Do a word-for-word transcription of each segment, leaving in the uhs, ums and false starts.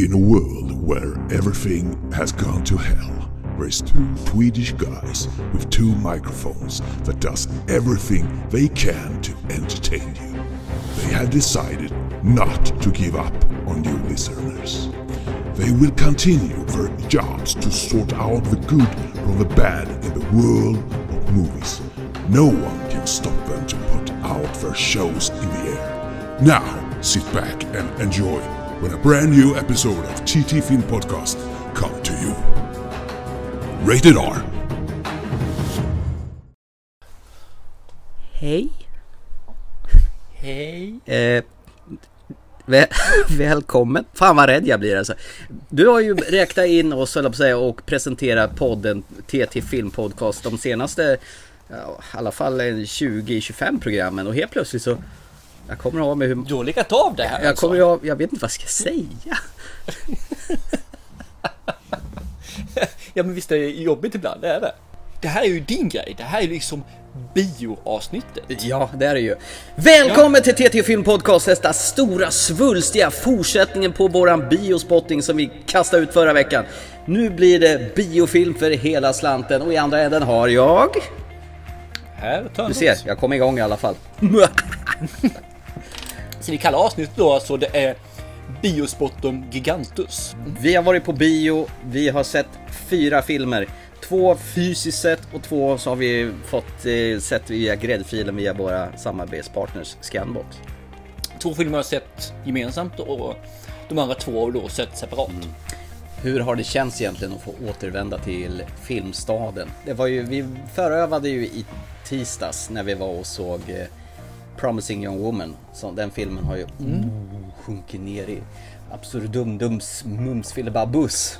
In a world where everything has gone to hell, there's two Swedish guys with two microphones that does everything they can to entertain you. They have decided not to give up on you listeners. They will continue their jobs to sort out the good from the bad in the world of movies. No one can stop them to put out their shows in the air. Now, sit back and enjoy when a brand new episode of T T Film Podcast come to you. Rated R. Hej. Hej. Eh, väl, välkommen. Fan vad rädd jag blir alltså. Du har ju räknat in oss på säga, och presenterat podden T T Film Podcast de senaste ja, i alla fall tjugo till tjugofem programmen och helt plötsligt så jag kommer att ha med hur du har legat av det här. Jag alltså. kommer att, jag vet inte vad jag ska säga. Ja men visst är det jobbigt ibland, det är det. Det här är ju din grej, det här är liksom bioavsnittet. Ja, det är det ju. Välkommen ja. till T T Film Podcast, detta stora svulstiga fortsättningen på våran biospotting som vi kastade ut förra veckan. Nu blir det biofilm för hela slanten och i andra änden har jag... Här, du ser, jag kom igång i alla fall. Så vi kallar avsnittet då så det är Biospottum Gigantus. Vi har varit på bio, vi har sett fyra filmer. Två fysiskt sett och två så har vi fått eh, sett via gräddfilen via våra samarbetspartners Scanbox. Två filmer har jag sett gemensamt och de andra två har då sett separat. Mm. Hur har det känts egentligen att få återvända till Filmstaden? Det var ju, vi förövade ju i tisdags när vi var och såg eh, Promising Young Woman. Så den filmen har ju mm. oh, sjunkit ner i absurdumdums mumsfillebabbus.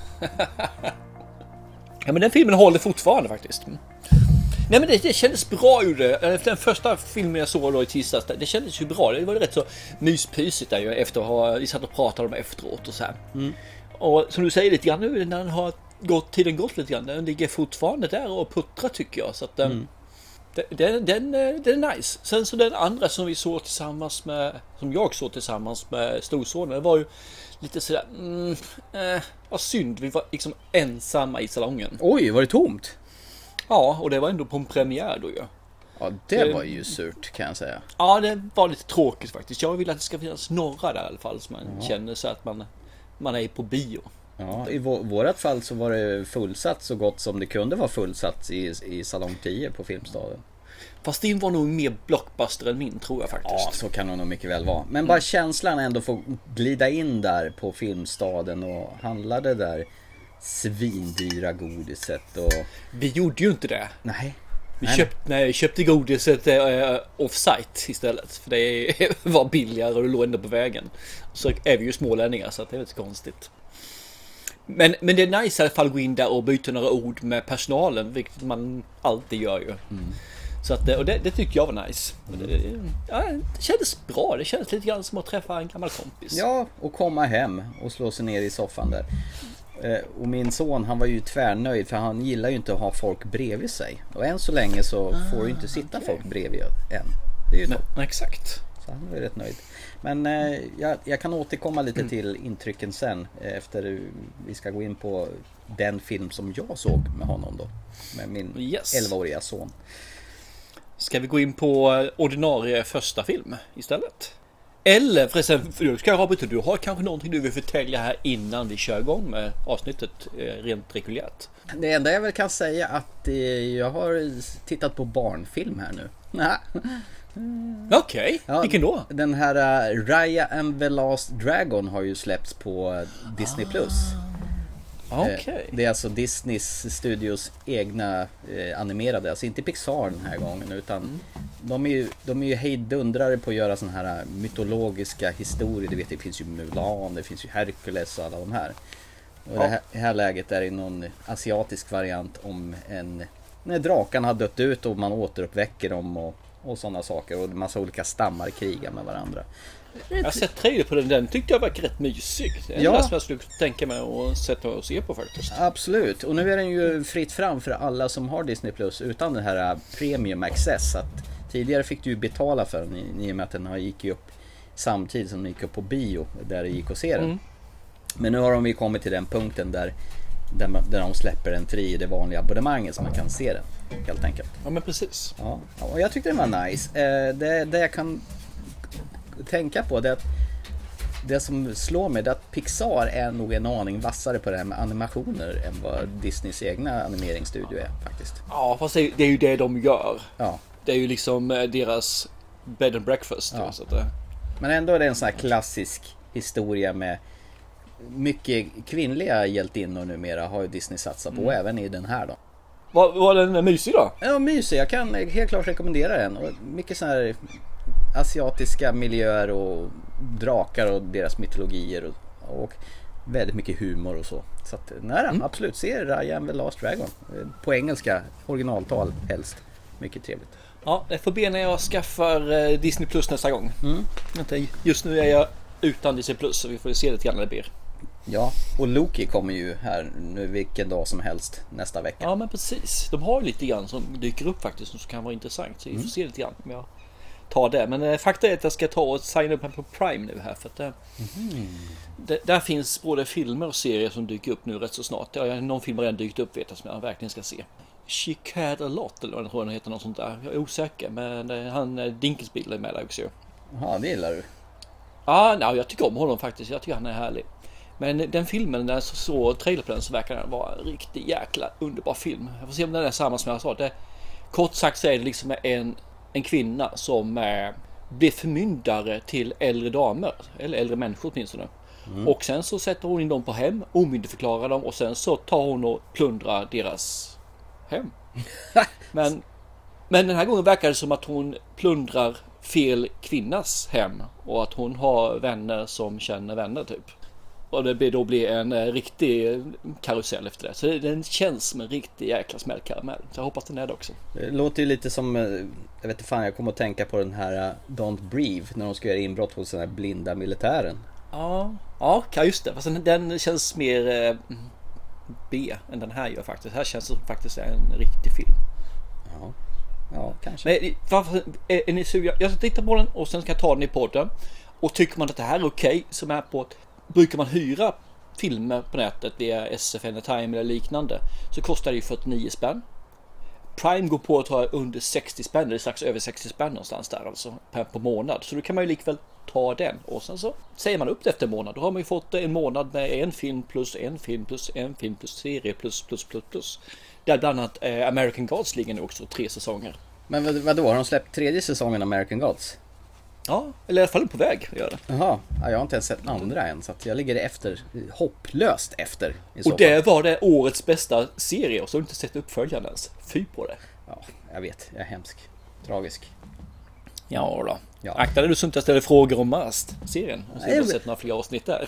Ja men den filmen håller fortfarande faktiskt. Nej men det, det kändes bra ur det. Den första filmen jag såg då i tisdags, det kändes ju bra. Det var rätt så myspysigt där ju efter att ha, vi satt och pratade om efteråt och så här. Mm. Och som du säger lite grann nu när den har gått, tiden gått lite grann, den ligger fortfarande där och puttrar tycker jag. Så att den, mm. den, den, den är nice. Sen så den andra som vi såg tillsammans med, som jag såg tillsammans med storsonen, det var ju lite sådär, mm, eh, vad synd, vi var liksom ensamma i salongen. Oj, var det tomt? Ja, och det var ändå på en premiär då ju. Ja, det, det var ju surt kan jag säga. Ja, det var lite tråkigt faktiskt. Jag vill att det ska finnas några där i alla fall så man ja. känner så att man, man är på bio. Ja, i vår, vårat fall så var det fullsatt så gott som det kunde vara fullsatt i, i salong tio på Filmstaden. Fast din var nog mer blockbuster än min tror jag faktiskt. Ja, så kan det nog mycket väl vara. Men bara mm. känslan ändå få glida in där på Filmstaden och handla det där svindyra godiset. Och... Vi gjorde ju inte det. Nej. Vi köpte, nej, köpte godiset äh, off-site istället. För det var billigare och det låg ändå på vägen. Så är vi ju smålänningar så det är lite konstigt. Men, men det är nice i alla fall att gå in där och byta några ord med personalen. Vilket man alltid gör ju. Mm. Så att, och det, det tycker jag var nice. Mm. Det, ja, det kändes bra. Det kändes lite grann som att träffa en gammal kompis. Ja, och komma hem och slå sig ner i soffan där. Och min son, han var ju tvärnöjd för han gillar ju inte att ha folk bredvid sig. Och än så länge så ah, får ju inte sitta okay. folk bredvid än. Det är ju Nej, exakt. Så han var ju rätt nöjd. Men eh, jag, jag kan återkomma lite mm. till intrycken sen. Efter vi ska gå in på den film som jag såg med honom då. Med min yes. elvaåriga son. Ska vi gå in på ordinarie första film istället? Eller förresten, för du ska Robert, du har kanske någonting du vill förtälja här innan vi kör igång med avsnittet rent reguljärt. Det enda jag väl kan säga att eh, jag har tittat på barnfilm här nu. Okej, okay. ja, vilken då? Den här uh, Raya and the Last Dragon har ju släppts på uh, Disney Plus. Okay. Det är alltså Disneys studios egna eh, animerade, alltså inte Pixar den här gången utan mm. de är ju de är ju hejdundrare på att göra såna här mytologiska historier. Det vet det finns ju Mulan, det finns ju Hercules och alla de här. Och ja. det här, det här läget är det någon asiatisk variant om en när drakarna har dött ut och man återuppväcker dem och och sådana saker och en massa olika stammar krigar med varandra. Jag har sett trailer på den, den tyckte jag var rätt mysig. Det är ja. det som jag skulle tänka mig att sätta och se på faktiskt. Absolut, och nu är den ju fritt fram för alla som har Disney Plus utan den här premium access. Att tidigare fick du ju betala för den i och med att den gick upp samtidigt som den gick upp på bio där det gick att se den. Mm. Men nu har de ju kommit till den punkten där, där, man, där de släpper den fri i det vanliga abonnemanget så man kan se den helt enkelt. Ja, men precis. Ja, och jag tyckte den var nice. Eh, det, det jag kan tänka på det är att det som slår mig är att Pixar är nog en aning vassare på det här med animationer än vad Disneys egna animeringsstudio är faktiskt. Ja, fast det, det är ju det de gör. Ja. Det är ju liksom deras bed and breakfast. Ja. Så att det... Men ändå är det en sån här klassisk historia med mycket kvinnliga hjältinnor numera har ju Disney satsat på, mm. även i den här då. Var, var den mysig då? Ja, mysig. Jag kan helt klart rekommendera den. Och mycket sån här asiatiska miljöer och drakar och deras mytologier och, och väldigt mycket humor och så. Så att, nej, mm. absolut, se Raya and the Last Dragon. På engelska, originaltal helst. Mycket trevligt. Ja, det får be när jag skaffar Disney Plus nästa gång. Mm. Just nu är jag utan Disney Plus så vi får se lite grann när det blir. Ja, och Loki kommer ju här nu vilken dag som helst nästa vecka. Ja, men precis. De har lite grann som dyker upp faktiskt som kan vara intressant. Så vi får mm. se lite grann om jag tar det. Men eh, fakta är att jag ska ta och signa upp på Prime nu här. För att, eh, mm. det, där finns både filmer och serier som dyker upp nu rätt så snart. Ja, någon film har redan dykt upp vet jag som jag verkligen ska se. She Cared A Lot eller vad jag tror den heter, något sånt där. Jag är osäker, men eh, han eh, Dinkelspiel är med där också. Jaha, det gillar du? Ja, nej, jag tycker om honom faktiskt. Jag tycker han är härlig. Men den filmen, när jag såg trailer på den så verkar den vara en riktigt jäkla underbar film. Jag får se om den är samma som jag sa. Det, kort sagt så är det liksom en, en kvinna som eh, blir förmyndare till äldre damer. Eller äldre människor åtminstone. Mm. Och sen så sätter hon in dem på hem, omyndigförklarar dem och sen så tar hon och plundrar deras hem. men, men den här gången verkar det som att hon plundrar fel kvinnas hem. Och att hon har vänner som känner vänner typ. Och det blir då blir en eh, riktig karusell efter det. Så det, den känns som en riktig jäkla smällkaramell. Så jag hoppas den är det också. Det låter ju lite som, jag vet inte fan, jag kommer att tänka på den här uh, Don't Breathe. När de ska göra inbrott hos den här blinda militären. Ja, ja just det. Fast den, den känns mer eh, B än den här gör faktiskt. Här känns det som faktiskt är en riktig film. Ja, ja kanske. Men varför, är, är ni suga? Jag ska titta på den och sen ska jag ta den i podden. Och tycker man att det här är okej okay, som är på... Brukar man hyra filmer på nätet via S F Anytime eller liknande så kostar det ju fyrtionio spänn. Prime går på att ta under sextio spänn eller strax över sextio spänn någonstans där alltså per på månad. Så då kan man ju likväl ta den och sen så säger man upp det efter en månad. Då har man ju fått en månad med en film plus en film plus en film plus serie plus plus plus plus. Där bland annat eh, American Gods ligger nu också tre säsonger. Men vad, vadå, har de släppt tredje säsongen American Gods? Ja, eller i alla fall på väg att göra det. Jaha, ja, jag har inte ens sett andra än så att jag ligger efter, hopplöst efter. I så och det fall. var det årets bästa serie och så har du inte sett uppföljaren ens. Fy på det. Ja, jag vet, jag är hemsk. Tragisk. Ja då. Ja. Akta dig du så inte ställer frågor om Mast-serien. Och så har jag sett några fler avsnitt där.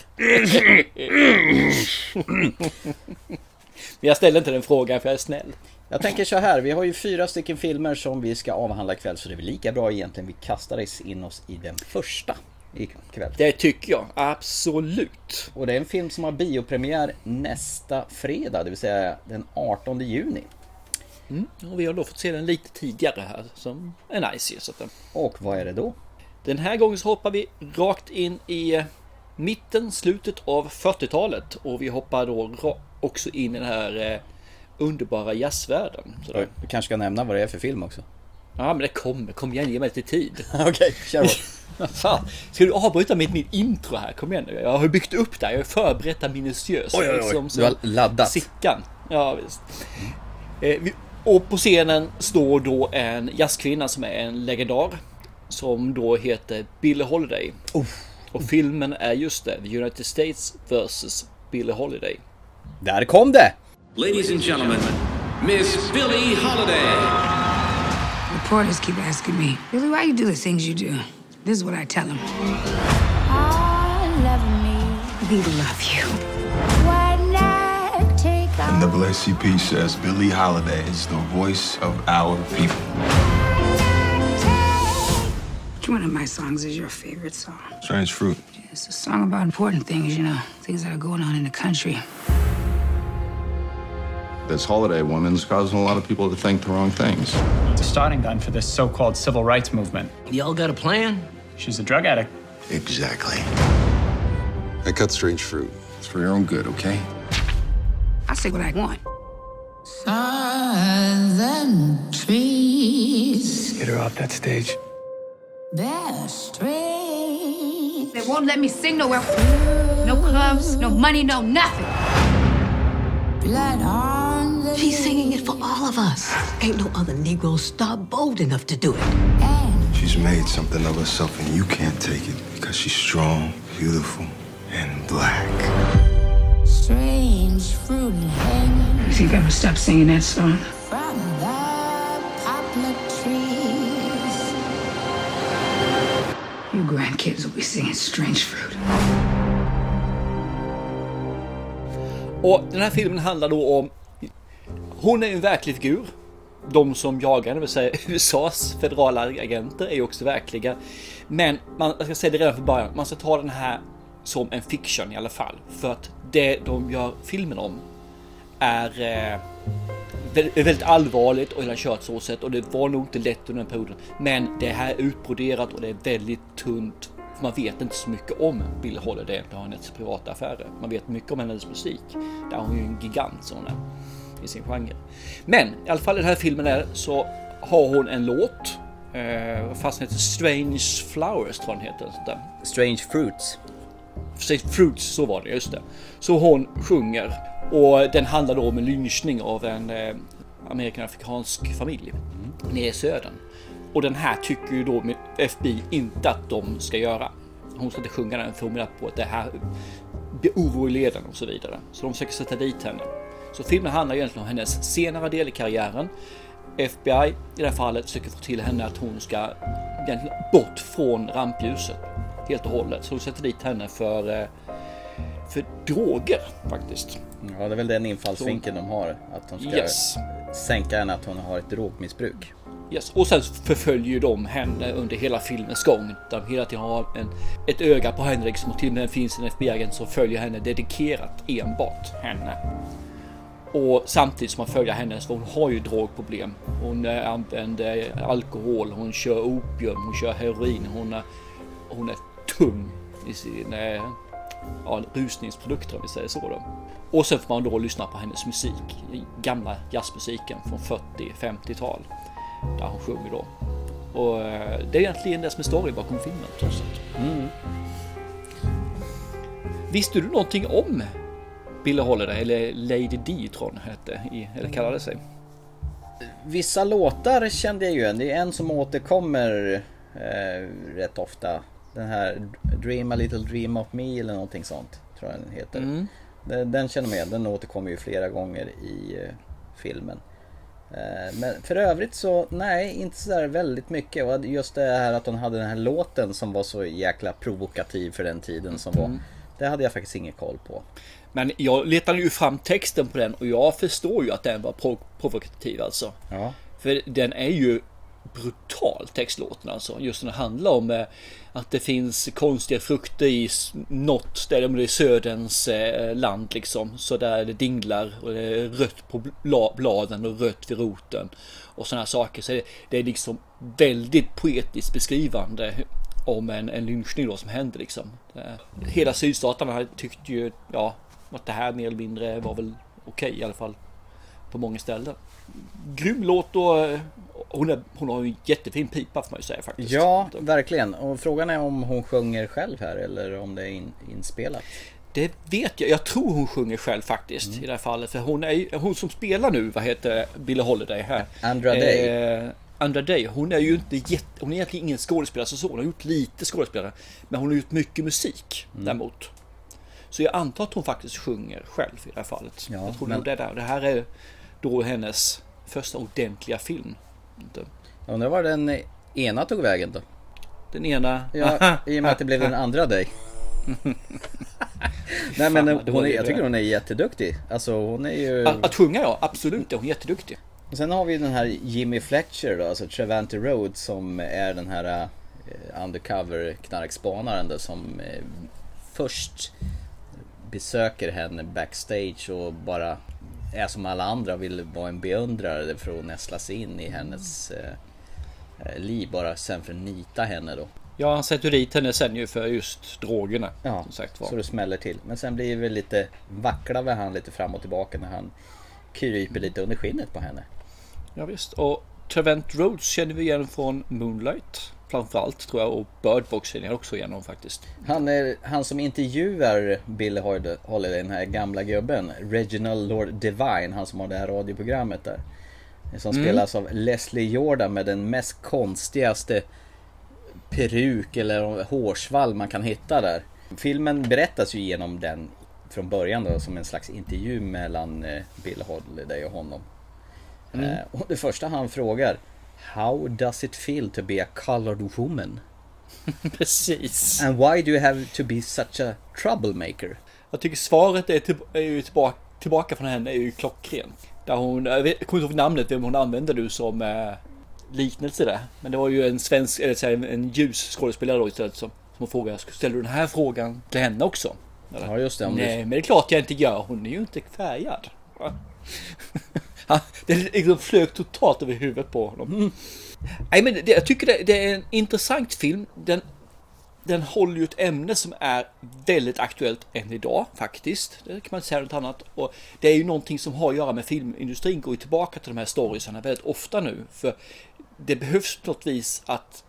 Men jag ställer inte den frågan för jag är snäll. Jag tänker så här, vi har ju fyra stycken filmer som vi ska avhandla ikväll så det är väl lika bra egentligen vi kastar oss in oss i den första ikväll. Det tycker jag, absolut. Och det är en film som har biopremiär nästa fredag, det vill säga den artonde juni. Mm, och vi har då fått se den lite tidigare här som är nice. Så att, och vad är det då? Den här gången så hoppar vi rakt in i mitten, slutet av fyrtiotalet och vi hoppar då också in i den här eh, underbara jazzvärlden. Du kanske ska nämna vad det är för film också. Ja, men det kommer. Kom igen, ge mig lite tid. Okej, okay, kör Fan, ska du avbryta mitt, mitt intro här? Kom igen nu. Jag har byggt upp det. Jag har förberett det minutiöst. Oj, oj, oj. Som, som du har laddat. Sickan. Ja, visst. Mm. Eh, vi, och på scenen står då en jazzkvinna som är en legendar. Som då heter Billie Holiday. Uh. Och filmen är just det. The United States versus Billie Holiday. Där kom det! Ladies and gentlemen, Miss Billie Holiday. Reporters keep asking me, Billie, why you do the things you do? This is what I tell them. I love me. We love you. When I take N double A C P says Billie Holiday is the voice of our people. Which one of my songs is your favorite song? Strange Fruit. It's a song about important things, you know, things that are going on in the country. This holiday woman's causing a lot of people to think the wrong things. It's a starting gun for this so-called civil rights movement. Y'all got a plan? She's a drug addict. Exactly. I cut Strange Fruit. It's for your own good, okay? I say what I want. Southern trees. Get her off that stage. They're strange. They won't let me sing nowhere. No clubs, no money, no nothing. Blood on the She's singing it for all of us. Ain't no other Negro star bold enough to do it. She's made something of herself and you can't take it because she's strong, beautiful, and black. Strange fruit hanging. You think I would stop singing that song? From the poplar trees. You grandkids will be singing Strange Fruit. Och den här filmen handlar då om... Hon är en verklig figur. De som jagar, det vill säga U S A:s federala agenter, är ju också verkliga. Men man jag ska säga det redan från början. Man ska ta den här som en fiction i alla fall. För att det de gör filmen om är eh, väldigt allvarligt och hela kört så sätt. Och det var nog inte lätt under den perioden. Men det här är utbroderat och det är väldigt tunt. För man vet inte så mycket om Billie Holiday. Det har hennes privata affärer. Man vet mycket om hennes musik. Där hon är ju en gigant sån här i sin genre. Men i alla fall i den här filmen där så har hon en låt. Eh, fast den heter Strange Flowers tror jag den heter. Sånt där. Strange Fruits. Strange Fruits, så var det, just det. Så hon sjunger. Och den handlar då om en lynchning av en eh, amerikansk familj. Mm. Nere i södern. Och den här tycker ju då med F B I inte att de ska göra. Hon ska inte sjunga den för hon menar på att det här blir oro i leden och så vidare. Så de försöker sätta dit henne. Så filmen handlar egentligen om hennes senare del i karriären. F B I i det här fallet försöker få till henne att hon ska egentligen bort från rampljuset. Helt och hållet. Så de sätter dit henne för, för droger faktiskt. Ja, det är väl den infallsvinkeln de har. Att de ska yes. sänka henne att hon har ett drogmissbruk. Yes. Och sen förföljer de henne under hela filmens gång. De hela tiden har en, ett öga på henne liksom, och till och med finns en F B I-agent som följer henne dedikerat enbart henne. Och samtidigt som man följer henne så hon har ju drogproblem. Hon använder alkohol, hon kör opium, hon kör heroin, hon är, hon är tung i sin ja, rusningsprodukter om vi säger så då. Och sen får man då lyssna på hennes musik, gamla jazzmusiken från fyrtio-femtiotal där hon sjunger då. Och det är egentligen det som är story bakom filmen trots allt. Mm. Visste du någonting om Billie Holiday, eller Lady D tror hon hette, eller kallade sig? Vissa låtar kände jag ju igen. Det är en som återkommer eh, rätt ofta. Den här Dream a little dream of me eller någonting sånt tror jag den heter. Mm. Den, den känner jag med. Den återkommer ju flera gånger i eh, filmen. Eh, men för övrigt så nej, inte så där väldigt mycket. Och just det här att hon hade den här låten som var så jäkla provokativ för den tiden som mm. var. Det hade jag faktiskt ingen koll på. Men jag letade ju fram texten på den och jag förstår ju att den var prov- provokativ alltså. Ja. För den är ju brutal textlåten alltså. Just när det handlar om eh, att det finns konstiga frukter i något ställe, om det är söderns eh, land liksom. Så där det dinglar och det är rött på bla- bladen och rött vid roten och sådana saker. Så det, det är liksom väldigt poetiskt beskrivande om en, en lynchning då som hände liksom. Hela sydstaterna tyckte ju ja, att det här mer eller mindre var väl okej okay, i alla fall på många ställen. Grym låt och hon, är, hon har ju en jättefin pipa får man ju säga faktiskt. Ja, verkligen. Och frågan är om hon sjunger själv här eller om det är in, inspelat. Det vet jag. Jag tror hon sjunger själv faktiskt mm. i det här fallet. För hon är hon som spelar nu, vad heter Billie Holiday här? Andra Day. Eh, Andra Day. Hon är ju inte jätte, hon är egentligen ingen skådespelare så, så hon har gjort lite skådespelare, men hon har gjort mycket musik mm. däremot. Så jag antar att hon faktiskt sjunger själv i det här fallet. Ja, jag tror men... det där. Det här är då hennes första ordentliga film. Jag undrar var den ena tog vägen då? Den ena? Ja, i och med att det blev den andra Day. Nej men Fan, hon är, jag tycker hon är jätteduktig. Alltså hon är ju... Att, att sjunga ja, absolut. Hon är jätteduktig. Och sen har vi den här Jimmy Fletcher då, alltså Trevante Road som är den här uh, undercover knarkspanaren då, som uh, först besöker henne backstage och bara är som alla andra, vill vara en beundrare för att nästla sig in i hennes uh, liv bara sen för att nita henne då. Ja, han sätter dit henne sen ju för just drogerna. Ja, som sagt var. Så det smäller till. Men sen blir det väl lite, vacklar väl han lite fram och tillbaka när han kryper lite under skinnet på henne. Ja visst, och Trevent Rhodes känner vi igen från Moonlight framförallt tror jag, och Bird Box känner jag också igenom faktiskt. Han är han som intervjuar Billie Holiday, den här gamla gubben, Reginald Lord Divine, han som har det här radioprogrammet där. Som mm. spelas av Leslie Jordan med den mest konstigaste peruk eller hårsvall man kan hitta där. Filmen berättas ju genom den från början då, som en slags intervju mellan eh, Billie Holiday och honom. Mm. Eh, och det första han frågar: How does it feel to be a colored woman? Precis. And why do you have to be such a troublemaker? Jag tycker svaret är, till, är ju tillbaka, tillbaka från henne är ju klockren. Där hon, jag vet, jag kommer inte ihåg namnet, vem hon använde du som eh, liknelse där. Men det var ju en svensk, eller så här, en, en ljus skådespelare då istället som, som frågade, ställer du den här frågan till henne också? Eller? Ja just det. Nej, du... men det är klart jag inte gör, hon är ju inte färgad. Ja, det liksom flög totalt över huvudet på honom. Mm. Nej, men det, jag tycker det, det är en intressant film. Den, den håller ju ett ämne som är väldigt aktuellt än idag faktiskt. Det kan man inte säga något annat. Och det är ju någonting som har att göra med filmindustrin. Går ju tillbaka till de här storiesarna väldigt ofta nu. För det behövs på något vis att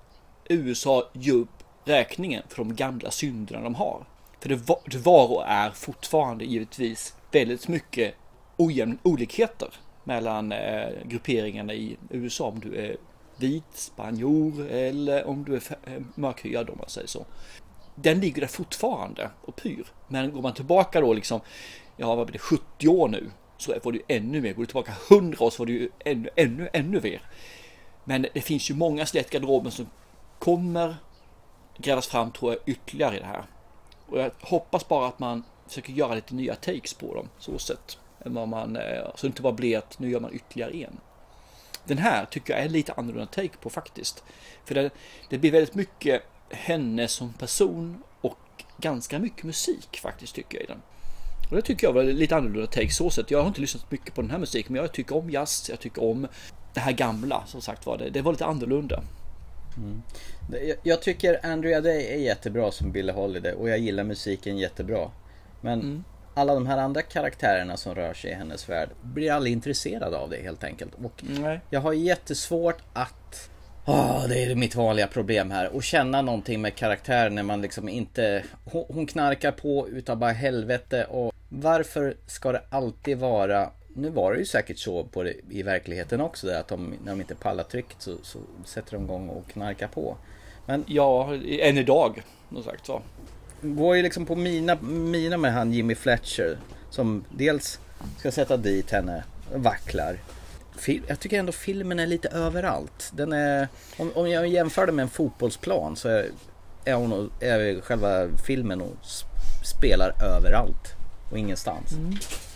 U S A gör upp räkningen för de gamla synderna de har. För det var, det var och är fortfarande givetvis väldigt mycket ojämn olikheter mellan eh, grupperingarna i U S A, om du är vit, spanjor eller om du är f- mörkhyad om man säger så. Den ligger där fortfarande och pyr. Men går man tillbaka då liksom, ja vad blir det, sjuttio år nu, så var det ju ännu mer. Går du tillbaka hundra år så var det ju ännu, ännu, ännu mer. Men det finns ju många skelett i garderoben som kommer grävas fram tror jag ytterligare i det här. Och jag hoppas bara att man försöker göra lite nya takes på dem, så sätt. Vad man, så inte bara blir att nu gör man ytterligare en. Den här tycker jag är lite annorlunda take på faktiskt. För det, det blir väldigt mycket henne som person och ganska mycket musik faktiskt tycker jag i den. Och det tycker jag var lite annorlunda take så sätt. Jag har inte lyssnat mycket på den här musiken, men jag tycker om jazz, jag tycker om det här gamla som sagt var det. Det var lite annorlunda. Mm. Jag tycker Andrea Day är jättebra som Billie Holiday och jag gillar musiken jättebra. Men mm. alla de här andra karaktärerna som rör sig i hennes värld blir aldrig intresserade av det helt enkelt. Och Nej. jag har jättesvårt att oh, det är mitt vanliga problem här, och känna någonting med karaktären när man liksom inte, hon knarkar på utav bara helvete. Och varför ska det alltid vara, nu var det ju säkert så på det, i verkligheten också där, att de, när de inte pallar trycket så, så sätter de igång och knarkar på. Men ja, än idag något sagt så. Går ju liksom på mina, mina med han Jimmy Fletcher som dels ska sätta dit henne, vacklar. Jag tycker ändå filmen är lite överallt. Den är, om, om jag jämför det med en fotbollsplan så är, är, hon, är själva filmen och spelar överallt och ingenstans. Mm.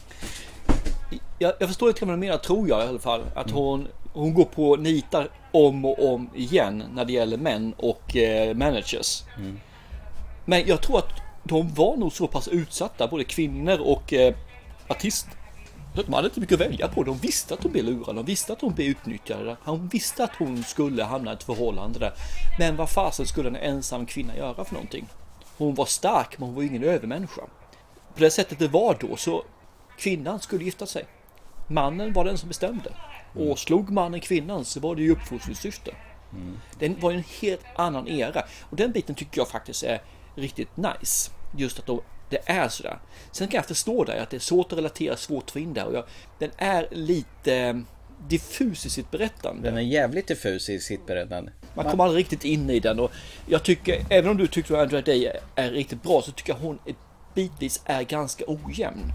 Jag, jag förstår inte vad man menar, tror jag i alla fall. Att mm. hon, hon går på nitar om och om igen när det gäller män och eh, managers. Mm. Men jag tror att de var nog så pass utsatta, både kvinnor och eh, artister. De hade inte mycket att välja på. De visste att de blev lurade, de visste att de blev utnyttjade. Han visste att hon skulle hamna i ett förhållande där. Men vad fasen skulle en ensam kvinna göra för någonting? Hon var stark, men hon var ingen övermänniska. På det sättet det var då, så kvinnan skulle gifta sig. Mannen var den som bestämde. Och slog mannen kvinnan så var det ju uppfostringssyfte. Mm. Den var en helt annan era. Och den biten tycker jag faktiskt är riktigt nice. Just att de, det är sådär. Sen kan jag förstå där att det är svårt att relatera, svårt att få in där. Och jag, den är lite diffus i sitt berättande. Den är jävligt diffus i sitt berättande. Man kommer aldrig riktigt in i den. Och jag tycker, även om du tyckte att Andrea Day är, är riktigt bra, så tycker jag hon bitvis är ganska ojämn.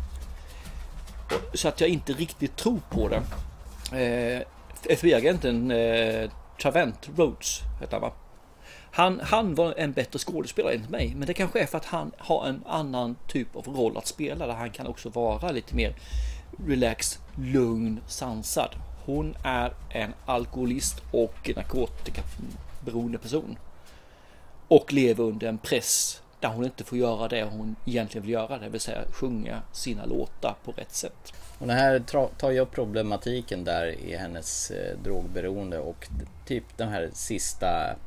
Så att jag inte riktigt tror på det. Eh, F B I-agenten eh, Trevent Rhodes heter han va? Han, han var en bättre skådespelare än mig, men det kanske är för att han har en annan typ av roll att spela, där han kan också vara lite mer relax, lugn, sansad. Hon är en alkoholist och narkotikaberoende person och lever under en press där hon inte får göra det hon egentligen vill göra, det vill säga sjunga sina låtar på rätt sätt. Och det här tar ju upp problematiken där i hennes eh, drogberoende och typ den här sista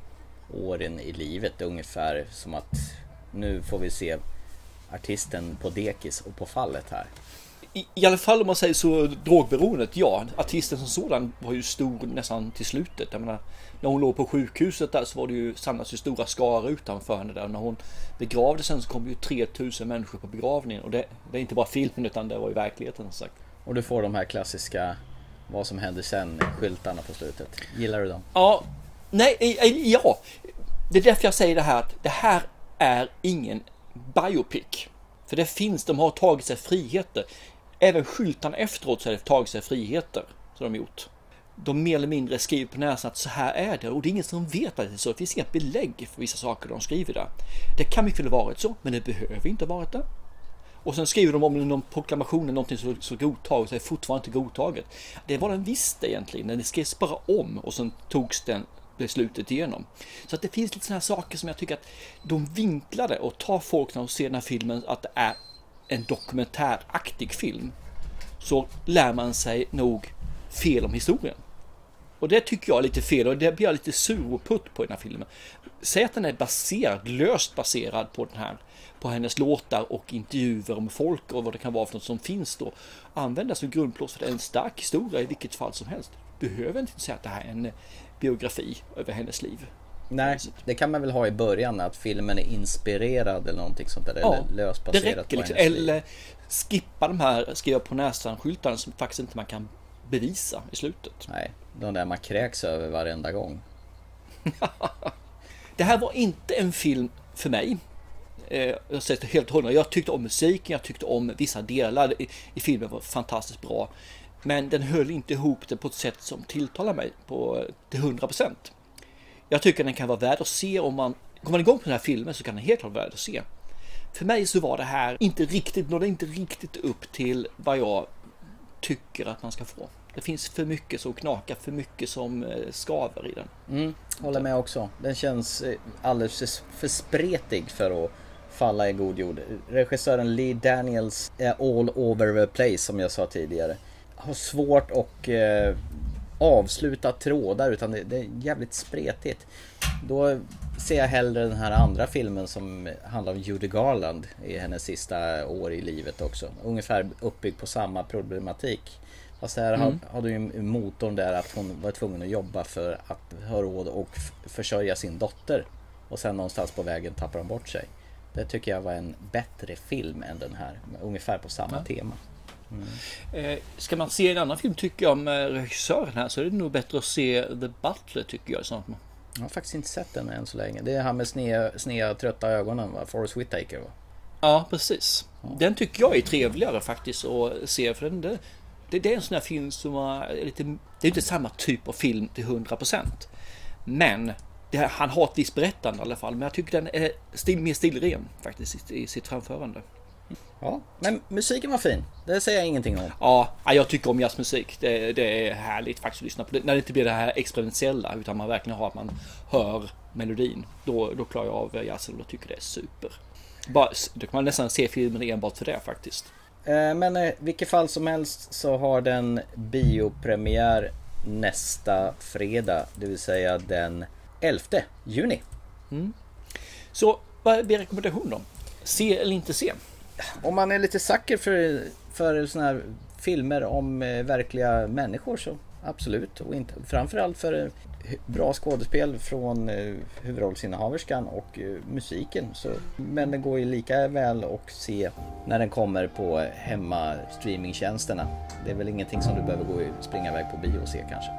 åren i livet. Ungefär som att nu får vi se artisten på dekis och på fallet här. I, I alla fall om man säger så, drogberoendet, ja. Artisten som sådan var ju stor nästan till slutet. Jag menar, när hon låg på sjukhuset där så var det ju samlats ju stora skaror utanför henne där. När hon begravdes sen så kom ju tre tusen människor på begravningen. Och det, det är inte bara filmen utan det var ju verkligheten som sagt. Och du får de här klassiska vad som händer sen, skyltarna på slutet. Gillar du dem? Ja, nej, ja. Det är därför jag säger det här att det här är ingen biopic. För det finns, de har tagit sig friheter. Även skyltarna efteråt så har de tagit sig friheter som de gjort. De mer eller mindre skriver på näsan att så här är det. Och det är ingen som vet att det är så. Det finns inga belägg för vissa saker de skriver där. Det kan mycket väl varit så, men det behöver inte ha varit det. Och sen skriver de om någon proklamationen, någonting som så godtaget, så är fortfarande inte godtaget. Det var den visste egentligen, när det skrevs bara om och sen togs den beslutet igenom. Så att det finns lite sådana här saker som jag tycker att de vinklade och tar folk när de ser den här filmen att det är en dokumentäraktig film. Så lär man sig nog fel om historien. Och det tycker jag är lite fel och det blir jag lite sur och putt på i den här filmen. Säg att den är baserad, löst baserad på den här, på hennes låtar och intervjuer med folk och vad det kan vara för något som finns då. Användas som grundplåt för det är en stark historia i vilket fall som helst. Behöver inte säga att det här är en biografi över hennes liv. Nej, det kan man väl ha i början att filmen är inspirerad eller någonting sånt där. Ja, eller löst baserat det räcker på liksom. hennes Eller liv. skippa de här skriva på näsan skyltarna som faktiskt inte man kan bevisa i slutet. Nej, de där man kräks över varenda gång. Det här var inte en film för mig. Eh, jag säger helt hundra. Jag tyckte om musiken, jag tyckte om vissa delar i, i filmen var fantastiskt bra. Men den höll inte ihop det på ett sätt som tilltalar mig på till hundra procent. Jag tycker den kan vara värd att se om man kommer man igång på den här filmen så kan den helt vara värd att se. För mig så var det här inte riktigt, nådde inte riktigt upp till vad jag tycker att man ska få. Det finns för mycket som knakar, för mycket som skaver i den. Mm, håller med också. Den känns alldeles för spretig för att falla i god jord. Regissören Lee Daniels är all over the place som jag sa tidigare. Har svårt att eh, avsluta trådar utan det, det är jävligt spretigt. Då ser jag hellre den här andra filmen som handlar om Judy Garland i hennes sista år i livet också. Ungefär uppbyggd på samma problematik. Fast här mm. hade ju motorn där att hon var tvungen att jobba för att ha råd och f- försörja sin dotter. Och sen någonstans på vägen tappar hon bort sig. Det tycker jag var en bättre film än den här. Ungefär på samma ja. tema. Mm. Eh, ska man se en annan film tycker jag med regissören här så är det nog bättre att se The Butler tycker jag. Sånt. Jag har faktiskt inte sett den än så länge. Det är han med snea, snea trötta ögonen, va? Forrest Whitaker, va? Ja, precis. Ja. Den tycker jag är trevligare faktiskt att se för den det, det, det är en sån här film som är lite, det är inte samma typ av film till hundra procent. Men det, han har ett visst berättande i alla fall. Men jag tycker den är stil, mer stilren faktiskt i, i sitt framförande. Ja, men musiken var fin. Det säger jag ingenting om. Ja, jag tycker om jazzmusik. Det, det är härligt faktiskt att lyssna på det. När det inte blir det här experimentella utan man verkligen har att man hör melodin. Då, då klarar jag av jazzen och då tycker det är super. Bara, då kan man nästan se filmen enbart för det faktiskt. Men i vilket fall som helst så har den biopremiär nästa fredag. Det vill säga den elfte juni. Mm. Så vad är din rekommendation då? Se eller inte se? Om man är lite sucker för, för såna här filmer om eh, verkliga människor så absolut. Och inte, framförallt för eh, bra skådespel från eh, huvudrollsinnehaverskan och eh, musiken. Så, men det går ju lika väl att se när den kommer på hemma streamingtjänsterna. Det är väl ingenting som du behöver gå och springa iväg på bio och se kanske.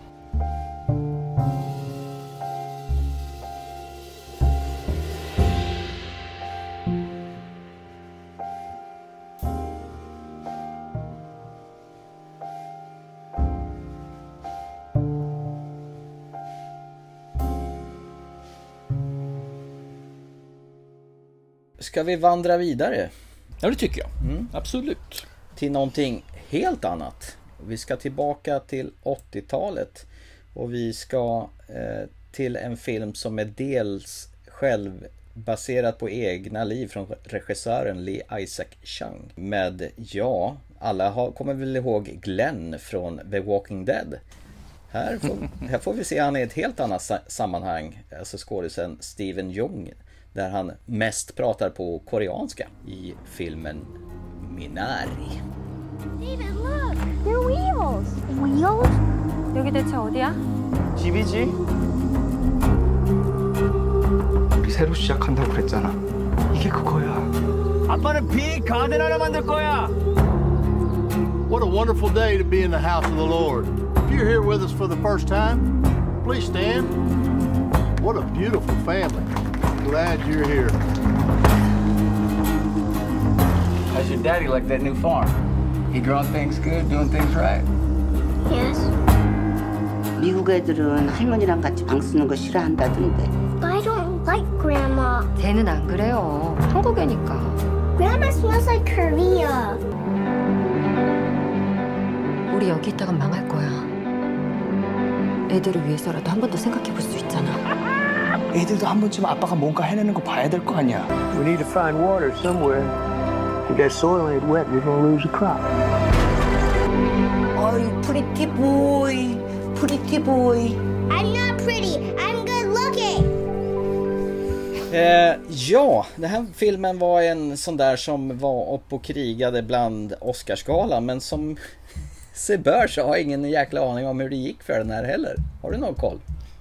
Ska vi vandra vidare? Ja, det tycker jag. Mm. Absolut. Till någonting helt annat. Vi ska tillbaka till åttiotalet och vi ska eh, till en film som är dels själv baserad på egna liv från regissören Lee Isaac Chung. Med, ja, alla har, kommer väl ihåg Glenn från The Walking Dead. Här får, här får vi se han i ett helt annat sa- sammanhang. Alltså skådisen Steven Yeun, där han mest pratar på koreanska i filmen Minari. David, look! They're wheels! Wheels? 여기 대체 어디야? 집이지. 우리 새로 시작한다고 그랬잖아. 이게 그거야. 아빠는 빅 가든 하나 만들 거야. What a wonderful day to be in the house of the Lord. If you're here with us for the first time, please stand. What a beautiful family. Glad you're here. How's your daddy like that new farm? He growing things good, doing things right? Yes. 미국 애들은 할머니랑 같이 방 쓰는 거 싫어한다던데. But I don't like Grandma. 쟤는 안 그래요. 한국애니까. Grandma smells like Korea. 우리 여기 있다간 망할 거야. 애들을 위해서라도 한 번 더 생각해 볼 수 있잖아. 애들도 한 번쯤 아빠가 뭔가 해내는 거 봐야 될 거 아니야. We need to find water somewhere. If that soil ain't wet, we're gonna lose the crop. 어이, pretty boy, pretty boy. I'm not pretty. I'm good looking. Eh, ja, den här filmen var en sån där som var upp och krigade bland Oscarsgalan, men som se bör så har jag ingen jäkla aning om hur det gick för den här heller. Har du någon koll?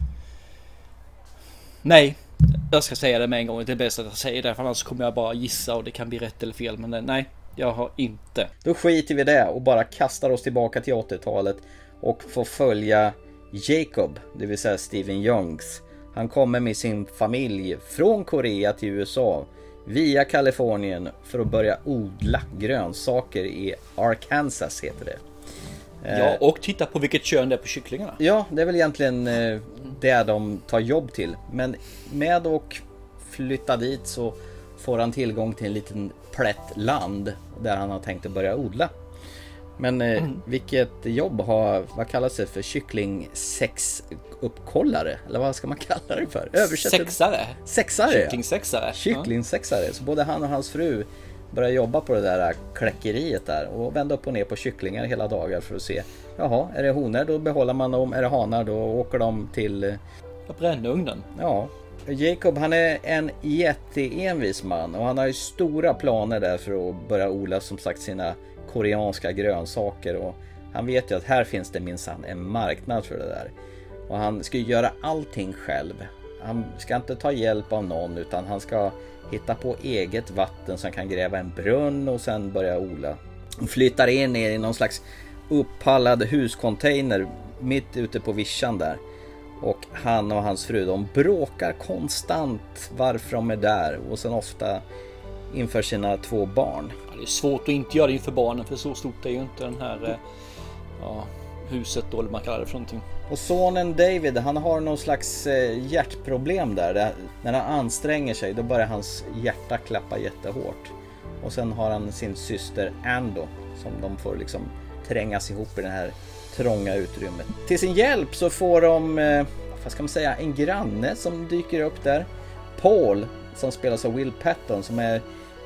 Nej, jag ska säga det med en gång. Det är bäst att jag säger det, för annars kommer jag bara gissa och det kan bli rätt eller fel. Men nej, jag har inte. Då skiter vi det och bara kastar oss tillbaka till åttiotalet och får följa Jacob, det vill säga Steven Yeungs. Han kommer med sin familj från Korea till U S A via Kalifornien för att börja odla grönsaker i Arkansas, heter det. Ja, och titta på vilket kön det är på kycklingarna. Ja, det är väl egentligen det de tar jobb till. Men med och flytta dit så får han tillgång till en liten plätt land där han har tänkt att börja odla. Men mm. vilket jobb har, vad kallas det för, kycklingsexuppkollare? Eller vad ska man kalla det för? Översätter... Sexare. Sexare. Kycklingsexare. Kycklingsexare. Så både han och hans fru börjar jobba på det där kläckeriet där och vända upp och ner på kycklingar hela dagar för att se, jaha, är det honor då behåller man dem, är det hanar då åker de till brännugnen. Ja, Jacob, han är en jätteenvis man och han har ju stora planer där för att börja odla, som sagt, sina koreanska grönsaker, och han vet ju att här finns det minsann en marknad för det där, och han ska ju göra allting själv. Han ska inte ta hjälp av någon, utan han ska hitta på eget vatten så han kan gräva en brunn och sen börja odla. Han flyttar in i någon slags upphallad huscontainer mitt ute på vischan där. Och han och hans fru, de bråkar konstant varför de är där, och sen ofta inför sina två barn. Ja, det är svårt att inte göra det inför barnen, för så stort är ju inte den här ja, huset då, eller man kallar det för någonting. Och sonen David, han har någon slags hjärtproblem där. där. När han anstränger sig, då börjar hans hjärta klappa jättehårt. Och sen har han sin syster Ando, som de får liksom trängas ihop i det här trånga utrymmet. Till sin hjälp så får de, vad ska man säga, en granne som dyker upp där. Paul, som spelas av Will Patton, som är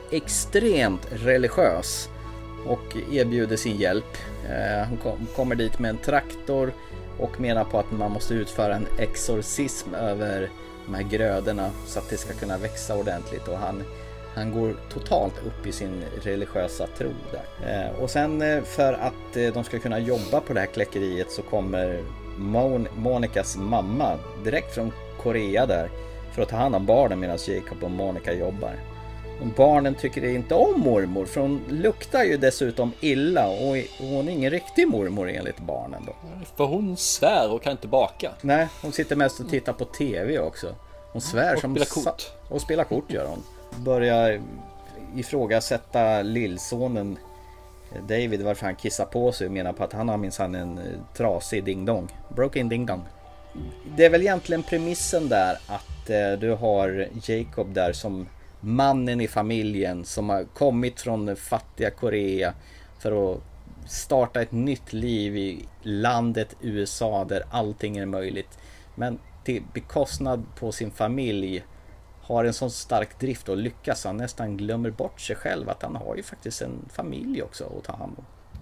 extremt religiös och erbjuder sin hjälp. Han kommer dit med en traktor och menar på att man måste utföra en exorcism över de här grödorna så att det ska kunna växa ordentligt, och han, han går totalt upp i sin religiösa tro där. Och sen för att de ska kunna jobba på det här kläckeriet så kommer Mon- Monikas mamma direkt från Korea där för att ta hand om barnen medan Jacob och Monica jobbar. Och barnen tycker inte om mormor, för hon luktar ju dessutom illa, och hon är ingen riktig mormor enligt barnen då. För hon svär och kan inte baka. Nej, hon sitter mest och tittar på tv också. Hon svär och som spelar kort. Sa- och spelar kort gör hon. Börjar ifrågasätta lillsonen David varför han kissar på sig och menar på att han har minsann en trasig ding-dong. Broken ding-dong. Det är väl egentligen premissen där att eh, du har Jacob där som mannen i familjen som har kommit från fattiga Korea för att starta ett nytt liv i landet U S A där allting är möjligt, men till bekostnad på sin familj har en sån stark drift och lyckas han nästan glömmer bort sig själv, att han har ju faktiskt en familj också att ta hand om.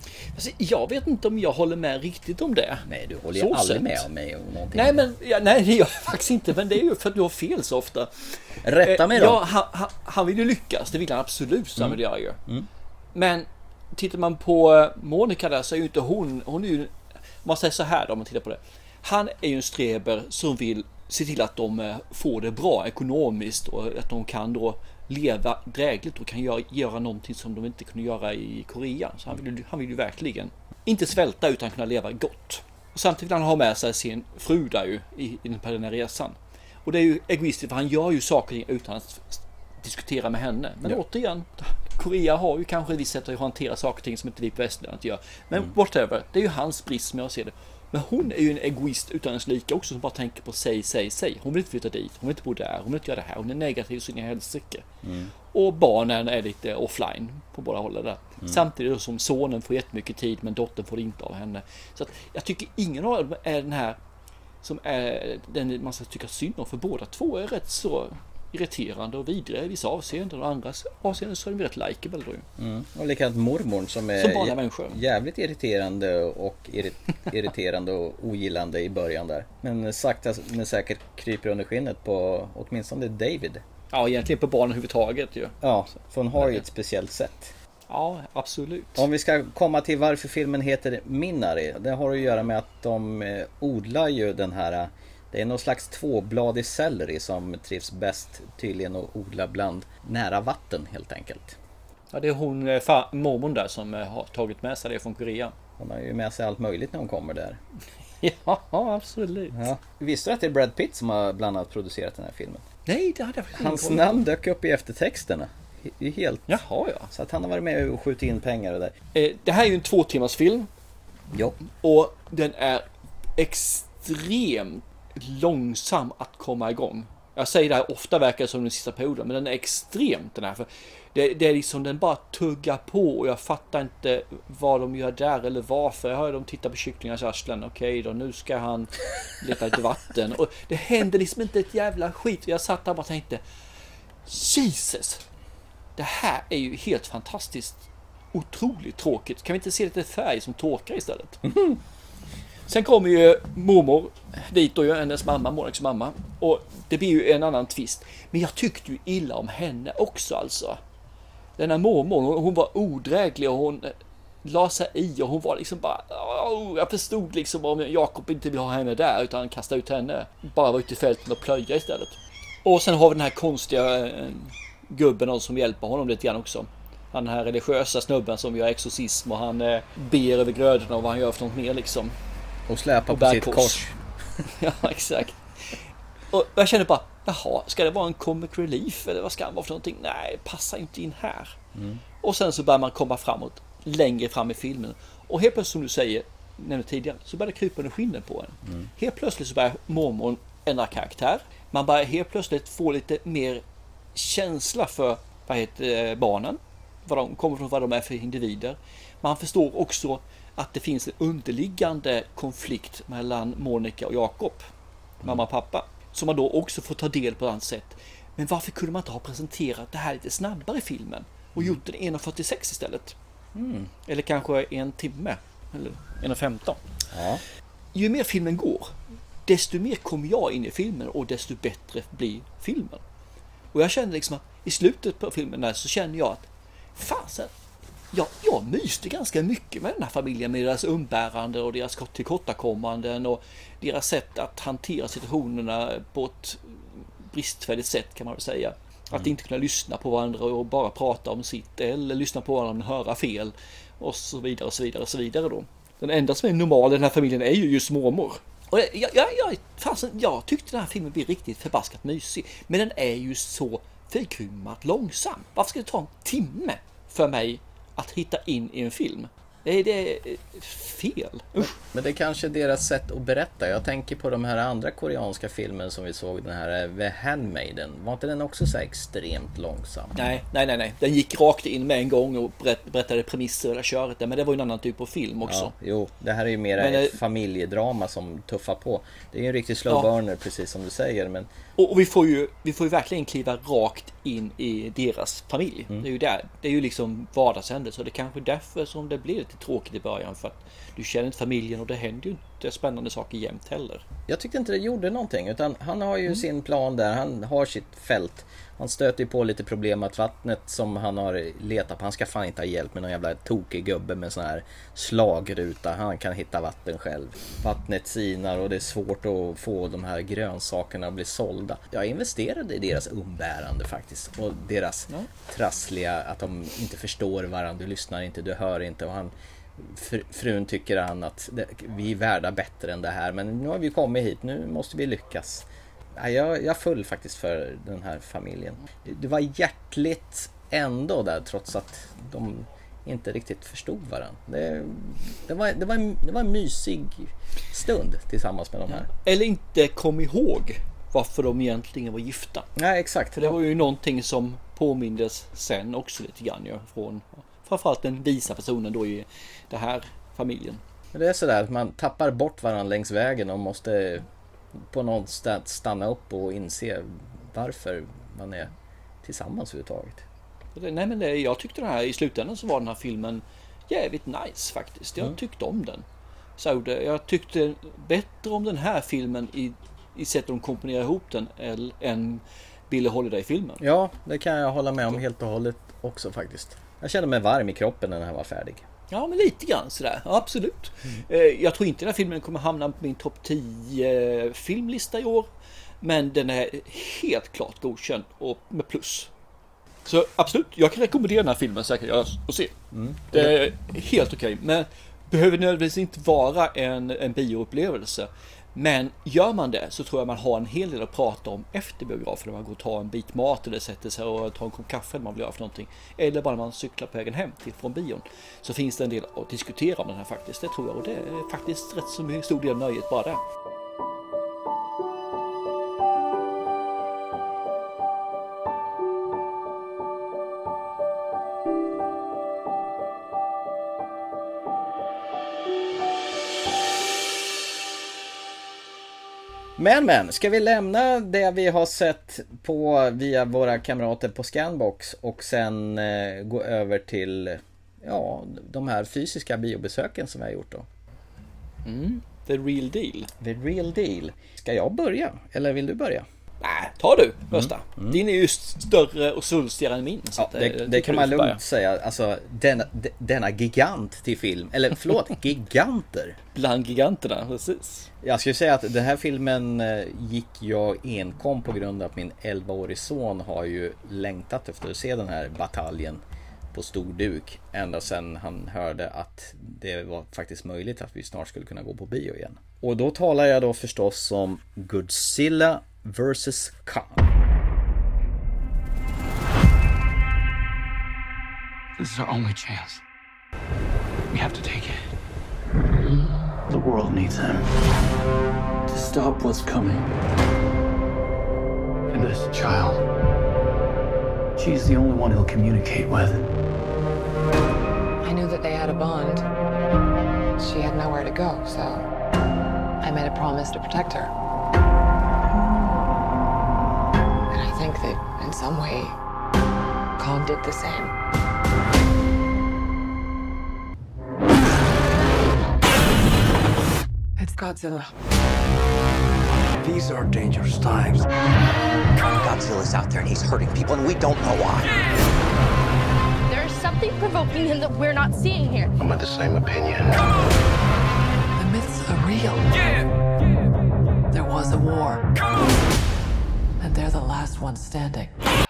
Alltså, jag vet inte om jag håller med riktigt om det. Nej, du håller ju aldrig med om mig om någonting. Nej, men ja, nej, det gör jag faktiskt inte. Men det är ju för att du har fel så ofta. Rätta mig då. Ja, han, han, han vill ju lyckas. Det vill han absolut, så mm. vill jag ju. Mm. Men tittar man på Monica där, så är ju inte hon... Hon är ju... Man säger så här då, om man tittar på det. Han är ju en streber som vill se till att de får det bra ekonomiskt. Och att de kan då leva drägligt och kan göra, göra någonting som de inte kunde göra i Korea. Så han vill, han vill ju verkligen inte svälta utan kunna leva gott. Och samtidigt vill han ha med sig sin fru där ju i, i på den här resan. Och det är ju egoistiskt, för han gör ju saker utan att diskutera med henne. Men ja. återigen, Korea har ju kanske ett visst sätt att hantera saker och ting som inte vi på västlandet gör. Men mm. whatever, det är ju hans brist som jag ser det. Men hon är ju en egoist utan ens lika också, som bara tänker på sig, sig, sig. Hon vill inte flytta dit, hon vill inte bo där, hon vill inte göra det här. Hon är negativ så in i helsike. Mm. Och barnen är lite offline på båda hållen där. Mm. Samtidigt som sonen får jättemycket tid, men dottern får det inte av henne. Så att jag tycker ingen av dem är den här som är den man ska tycka synd om, för båda två är rätt så irriterande och vidriga i vissa avseenden, och andra avseenden så är de rätt likeable då. Mm. Och likadant mormor som är som vanliga människor. Jävligt irriterande och irrit- irriterande och ogillande i början där. Men sakta men säkert kryper under skinnet på åtminstone David. Ja, egentligen på barnen överhuvudtaget ju. Ja, för hon har ju ett speciellt sätt. Ja, absolut. Om vi ska komma till varför filmen heter Minari, det har att göra med att de odlar ju den här. Det är någon slags tvåbladig selleri som trivs bäst tydligen att odla bland nära vatten helt enkelt. Ja, det är hon fa- mormon där som har tagit med sig det från Korea. Hon har ju med sig allt möjligt när hon kommer där. Ja, absolut. Ja. Visste du att det är Brad Pitt som har bland annat producerat den här filmen? Nej, det hade jag faktiskt Hans namn dök upp i eftertexterna. Det är helt... Jaha, ja. Så att han har varit med och skjutit in pengar och där. Eh, det här är ju en två timmars film. Ja. Och den är extremt långsam att komma igång. Jag säger det här ofta, verkar som den sista perioden, men den är extremt den här. För det, det är liksom, den bara tuggar på och jag fattar inte vad de gör där eller varför. Jag hör dem titta på kycklingars arslen. Okej då, nu ska han leta lite vatten. Och det händer liksom inte ett jävla skit. Jag satt där och bara tänkte, Jesus! Det här är ju helt fantastiskt otroligt tråkigt. Kan vi inte se lite färg som torkar istället? Mm. Sen kommer ju mormor dit och hennes mamma, Monikas mamma. Och det blir ju en annan twist. Men jag tyckte ju illa om henne också alltså. Den här mormor, hon var odräglig och hon la sig i och hon var liksom bara... Oh, jag förstod liksom om Jakob inte vill ha henne där utan kasta ut henne. Bara var ute i fälten och plöja istället. Och sen har vi den här konstiga eh, gubben som hjälper honom lite grann också. Han här religiösa snubben som gör exorcism och han eh, ber över grödorna och vad han gör för något mer liksom. Och släpar på sitt kors. Ja, exakt. Och jag känner bara, jaha, ska det vara en comic relief eller vad ska det vara för någonting? Nej, passar inte in här. Mm. Och sen så börjar man komma framåt, längre fram i filmen. Och helt plötsligt, som du säger, nämnde tidigare, så börjar det krypa under skinnen på en. Mm. Helt plötsligt så börjar mormor ändra karaktär. Man börjar helt plötsligt få lite mer känsla för, vad heter barnen? Vad de kommer från, vad de är för individer. Man förstår också att det finns en underliggande konflikt mellan Monica och Jakob, mamma och pappa, som man då också får ta del på ett annat sätt. Men varför kunde man inte ha presenterat det här lite snabbare i filmen och gjort den en fyrtiosex istället? Mm. Eller kanske en timme eller en femton. Ja. Ju mer filmen går, desto mer kommer jag in i filmen och desto bättre blir filmen. Och jag kände liksom att i slutet på filmen där så kände jag att fasen, ja, jag myste ganska mycket med den här familjen, med deras umbärande och deras tillkortakommanden och deras sätt att hantera situationerna på ett bristfälligt sätt, kan man väl säga. Mm. Att inte kunna lyssna på varandra och bara prata om sitt, eller lyssna på varandra och höra fel och så vidare och så vidare och så vidare då. Den enda som är normal i den här familjen är ju just mormor. Och jag, jag, jag, fasen, jag tyckte den här filmen blev riktigt förbaskat mysig, men den är ju så förgrymmat långsam. Varför ska det ta en timme för mig att hitta in i en film? Det är, det är fel. Usch. Men det är kanske deras sätt att berätta. Jag tänker på de här andra koreanska filmen som vi såg, den här The Handmaiden. Var inte den också så extremt långsam? Nej, nej, nej, nej. Den gick rakt in med en gång och berätt, berättade premisser eller köret där. Men det var ju en annan typ av film också. Ja, jo, det här är ju mer men, ett familjedrama som tuffar på. Det är ju en riktig slow ja. burner, precis som du säger. Men... Och, och vi, får ju, vi får ju verkligen kliva rakt in i deras familj. Mm. Det är ju där. Det är ju liksom vardagshändelse. Så det är kanske därför som det blir lite tråkigt i början för att du känner inte familjen och det händer ju inte spännande saker jämt heller. Jag tyckte inte det gjorde någonting, utan han har ju mm. sin plan där, han har sitt fält. Han stöter ju på lite problem med att vattnet som han har letat på, han ska fan inte ha hjälp med någon jävla tokig gubbe med sån här slagruta. Han kan hitta vatten själv. Vattnet sinar och det är svårt att få de här grönsakerna att bli sålda. Jag investerade i deras umbärande faktiskt, och deras ja. trassliga, att de inte förstår varandra, du lyssnar inte, du hör inte, och han Fr- frun tycker han att det, vi är värda bättre än det här, men nu har vi kommit hit, nu måste vi lyckas. Ja, jag, jag föll faktiskt för den här familjen. Det, det var hjärtligt ändå där, trots att de inte riktigt förstod varandra. Det, det, var, det, var, en, det var en mysig stund tillsammans med de här. Eller inte kom ihåg varför de egentligen var gifta. Nej, exakt. För det var ju någonting som påmindes sen också lite grann ja, från framförallt den visa personen då i det här familjen. Det är sådär att man tappar bort varandra längs vägen och måste på något sätt stanna upp och inse varför man är tillsammans överhuvudtaget. Nej, men det, jag tyckte den här, i slutändan så var den här filmen jävligt nice faktiskt. Jag mm. tyckte om den. Så det, jag tyckte bättre om den här filmen i, i sättet de komponerar ihop den än Billie Holiday-filmen. Ja, det kan jag hålla med om helt och hållet också faktiskt. Jag kände mig varm i kroppen när den här var färdig. Ja, men lite grann sådär. Ja, absolut. Mm. Jag tror inte den här filmen kommer hamna på min topp tio filmlista i år. Men den är helt klart godkänd och med plus. Så absolut, jag kan rekommendera den här filmen säkert att se. Mm. Det är helt okej. Men behöver nödvändigtvis inte vara en, en bioupplevelse. Men gör man det så tror jag man har en hel del att prata om efter biografen. När man går och tar en bit mat eller sätter sig och tar en kopp kaffe eller man vill göra för någonting. Eller bara när man cyklar på vägen hem till från bion. Så finns det en del att diskutera om den här faktiskt. Det tror jag. Och det är faktiskt rätt så mycket stor del nöjet bara där. Men men, ska vi lämna det vi har sett på via våra kamrater på Scanbox och sen eh, gå över till ja, de här fysiska biobesöken som vi har gjort då? Mm, the real deal. The real deal. Ska jag börja? Eller vill du börja? Nej, ta du första. Mm. Mm. Din är ju större och svulstigare än min. Så ja, det, det, det kan man lugnt börja. säga. Alltså, denna, denna gigant till film. Eller förlåt, giganter. Bland giganterna, precis. Jag skulle säga att den här filmen gick jag enkom på grund av att min elvaårig son har ju längtat efter att se den här bataljen på stor duk. Ända sedan han hörde att det var faktiskt möjligt att vi snart skulle kunna gå på bio igen. Och då talar jag då förstås om Godzilla versus. Kong. This is our only chance. We have to take it. The world needs him to stop what's coming. And this child, she's the only one he'll communicate with. I knew that they had a bond. She had nowhere to go, so I made a promise to protect her. And I think that in some way, Kong did the same. It's Godzilla. These are dangerous times. Godzilla's out there and he's hurting people and we don't know why. There's something provoking him that we're not seeing here. I'm of the same opinion. The myths are real. Yeah. There was a war. And they're the last ones standing.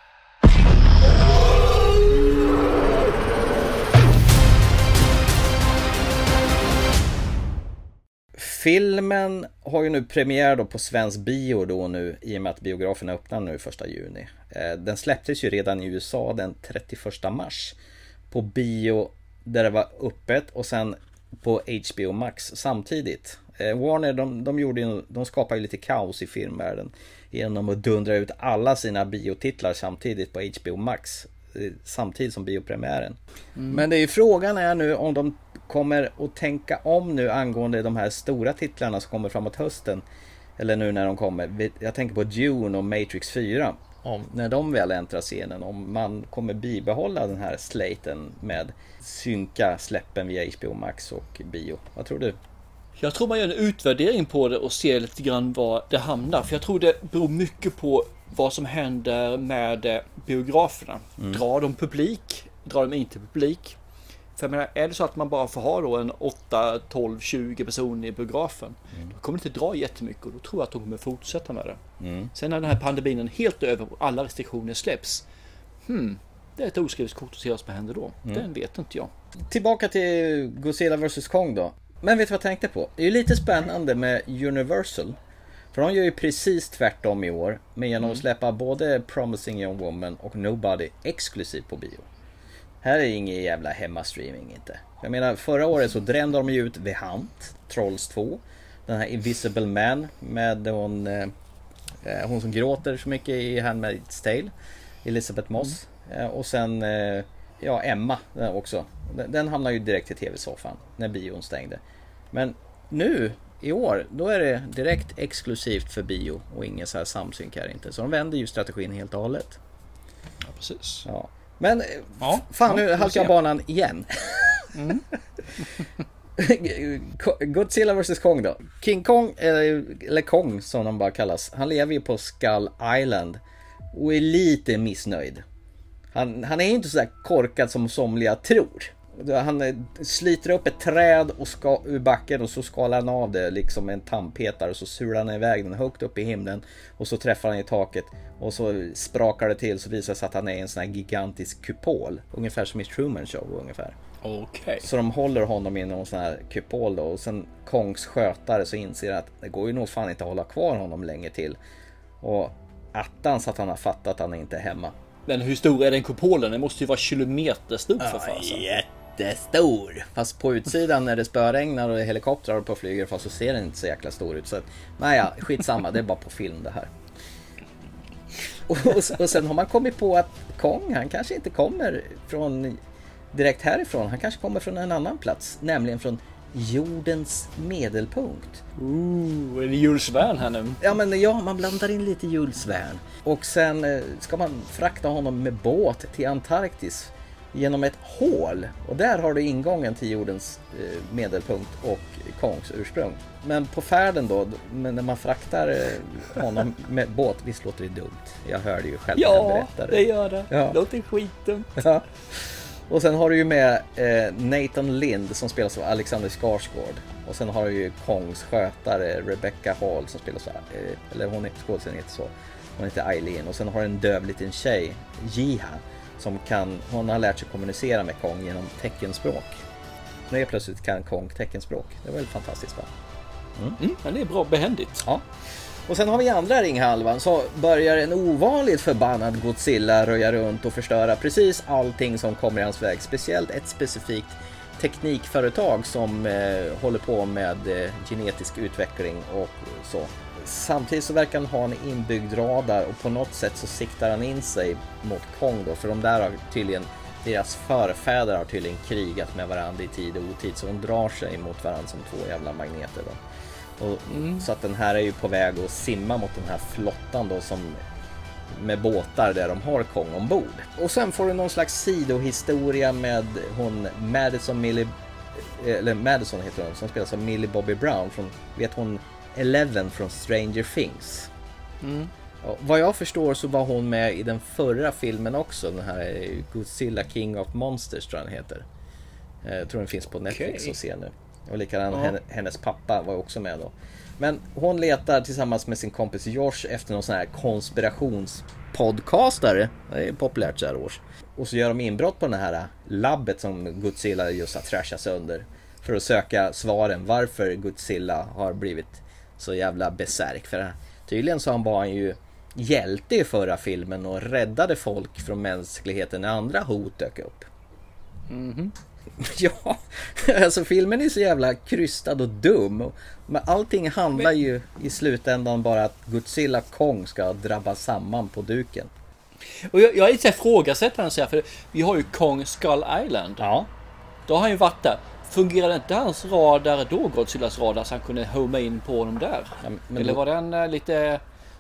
Filmen har ju nu premiär då på svensk bio då nu i och med att biograferna öppnar nu första juni. Den släpptes ju redan i U S A den trettioförsta mars på bio där det var öppet och sen på H B O Max samtidigt. Warner de, de, gjorde ju, de skapade ju lite kaos i filmvärlden genom att dundra ut alla sina biotitlar samtidigt på H B O Max samtidigt som biopremiären. Mm. Men det är ju frågan är nu om de kommer att tänka om nu angående de här stora titlarna som kommer framåt hösten eller nu när de kommer. Jag tänker på Dune och Matrix fyra. om, när de väl äntrar scenen, om man kommer bibehålla den här slaten med synka släppen via H B O Max och bio. Vad tror du? Jag tror man gör en utvärdering på det och ser lite grann var det hamnar. För jag tror det beror mycket på vad som händer med biograferna. Mm. Drar de publik? Drar de inte publik? För jag menar, är det så att man bara får ha då en åtta, tolv, tjugo personer i biografen, mm. då kommer det inte dra jättemycket och då tror jag att de kommer fortsätta med det. Mm. Sen när den här pandemin helt över och alla restriktioner släpps, hmm, det är ett oskrivet kort att se vad som händer då. Mm. Den vet inte jag. Tillbaka till Godzilla versus. Kong då. Men vet du vad jag tänkte på? Det är ju lite spännande med Universal. För de gör ju precis tvärtom i år. Med genom att släppa både Promising Young Woman och Nobody exklusivt på bio. Här är ingen jävla hemmastreaming inte. Jag menar, förra året så drämde de ju ut The Hunt, Trolls två. Den här Invisible Man med hon, eh, hon som gråter så mycket i Handmaid's Tale, Elizabeth Moss. Mm. Eh, och sen eh, ja, Emma också. Den, den hamnar ju direkt i tv-soffan när bion stängde. Men nu i år, då är det direkt exklusivt för bio och ingen så här samsynk här inte. Så de vänder ju strategin helt och hållet. Ja, precis. Ja. Men ja, fan, nu ja, halkar jag banan igen. Mm. Godzilla versus. Kong då. King Kong, eller, eller Kong som han bara kallas, han lever ju på Skull Island och är lite missnöjd. Han, han är inte så där korkad som somliga tror. Han sliter upp ett träd och ska, ur backen och så skalar han av det liksom en tandpetare och så sular han iväg den högt upp i himlen och så träffar han i taket och så sprakar det till så visar det sig att han är en sån här gigantisk kupol, ungefär som i Truman Show ungefär. Okej. Okay. Så de håller honom i någon sån här kupol då och sen Kongs skötare så inser att det går ju nog fan inte att hålla kvar honom länge till. Och attans att han har fattat att han inte är hemma. Men hur stor är den kupolen? Den måste ju vara kilometer stor för fasen. Jättestor. Fast på utsidan när det spöregnar och helikoptrar på flyger fast så ser den inte så jäkla stor ut. Så att, naja, skitsamma. Det är bara på film det här. Och, och, och sen har man kommit på att Kong, han kanske inte kommer från direkt härifrån. Han kanske kommer från en annan plats. Nämligen från jordens medelpunkt. Ooh, är det Jules Verne här nu? Ja, men ja, man blandar in lite Jules Verne. Och sen eh, ska man frakta honom med båt till Antarktis genom ett hål. Och där har du ingången till jordens eh, medelpunkt och Kongs ursprung. Men på färden då, men när man fraktar eh, honom med båt, visst låter det dumt. Jag hörde ju själv ja, när jag berättade. Det gör det. Ja. Det låter skitdumt. Ja. Och sen har du ju med eh, Nathan Lind som spelas av Alexander Skarsgård. Och sen har du ju Kongs skötare Rebecca Hall som spelas av, eh, eller hon är skådespelaren heter så. Hon heter Eileen. Och sen har du en döv liten tjej, Jiha, som kan, hon har lärt sig kommunicera med Kong genom teckenspråk. Nu är plötsligt kan Kong teckenspråk. Det var väl fantastiskt va? Mm. Mm, men det är bra behändigt. Ja. Och sen har vi andra ringhalvan så börjar en ovanligt förbannad Godzilla röja runt och förstöra precis allting som kommer i hans väg. Speciellt ett specifikt teknikföretag som eh, håller på med eh, genetisk utveckling och så. Samtidigt så verkar han ha en inbyggd radar och på något sätt så siktar han in sig mot Kong då. För de där har tydligen, deras förfäder har tydligen krigat med varandra i tid och otid. Så de drar sig mot varandra som två jävla magneter då. Och, mm. Så att den här är ju på väg att simma mot den här flottan då som med båtar där de har Kong ombord. Och sen får du någon slags sidohistoria med hon Madison Millie, eller Madison heter hon, som spelas av Millie Bobby Brown från, vet hon, Eleven från Stranger Things. Mm. Och vad jag förstår så var hon med i den förra filmen också, den här Godzilla King of Monsters tror jag den heter. Jag tror den finns på Netflix okay. att se nu. Och likadant ja. hennes pappa var också med då. Men hon letar tillsammans med sin kompis Josh efter någon sån här konspirationspodcastare. Det är populärt så här års. Och så gör de inbrott på den här labbet som Godzilla just har trashat sönder. För att söka svaren varför Godzilla har blivit så jävla besärk. För tydligen så var han ju hjälte i förra filmen och räddade folk från mänskligheten när andra hot dök upp. Mhm. Ja, alltså filmen är så jävla krystad och dum. Men allting handlar men, ju i slutändan bara att Godzilla Kong ska drabba samman på duken. Och jag, jag är lite ifrågasättande så här, för vi har ju Kong Skull Island. Ja. Då har han ju varit där. Fungerade inte hans radar då, Godzillas radar, så han kunde homa in på honom där? Ja, men Eller var den uh, lite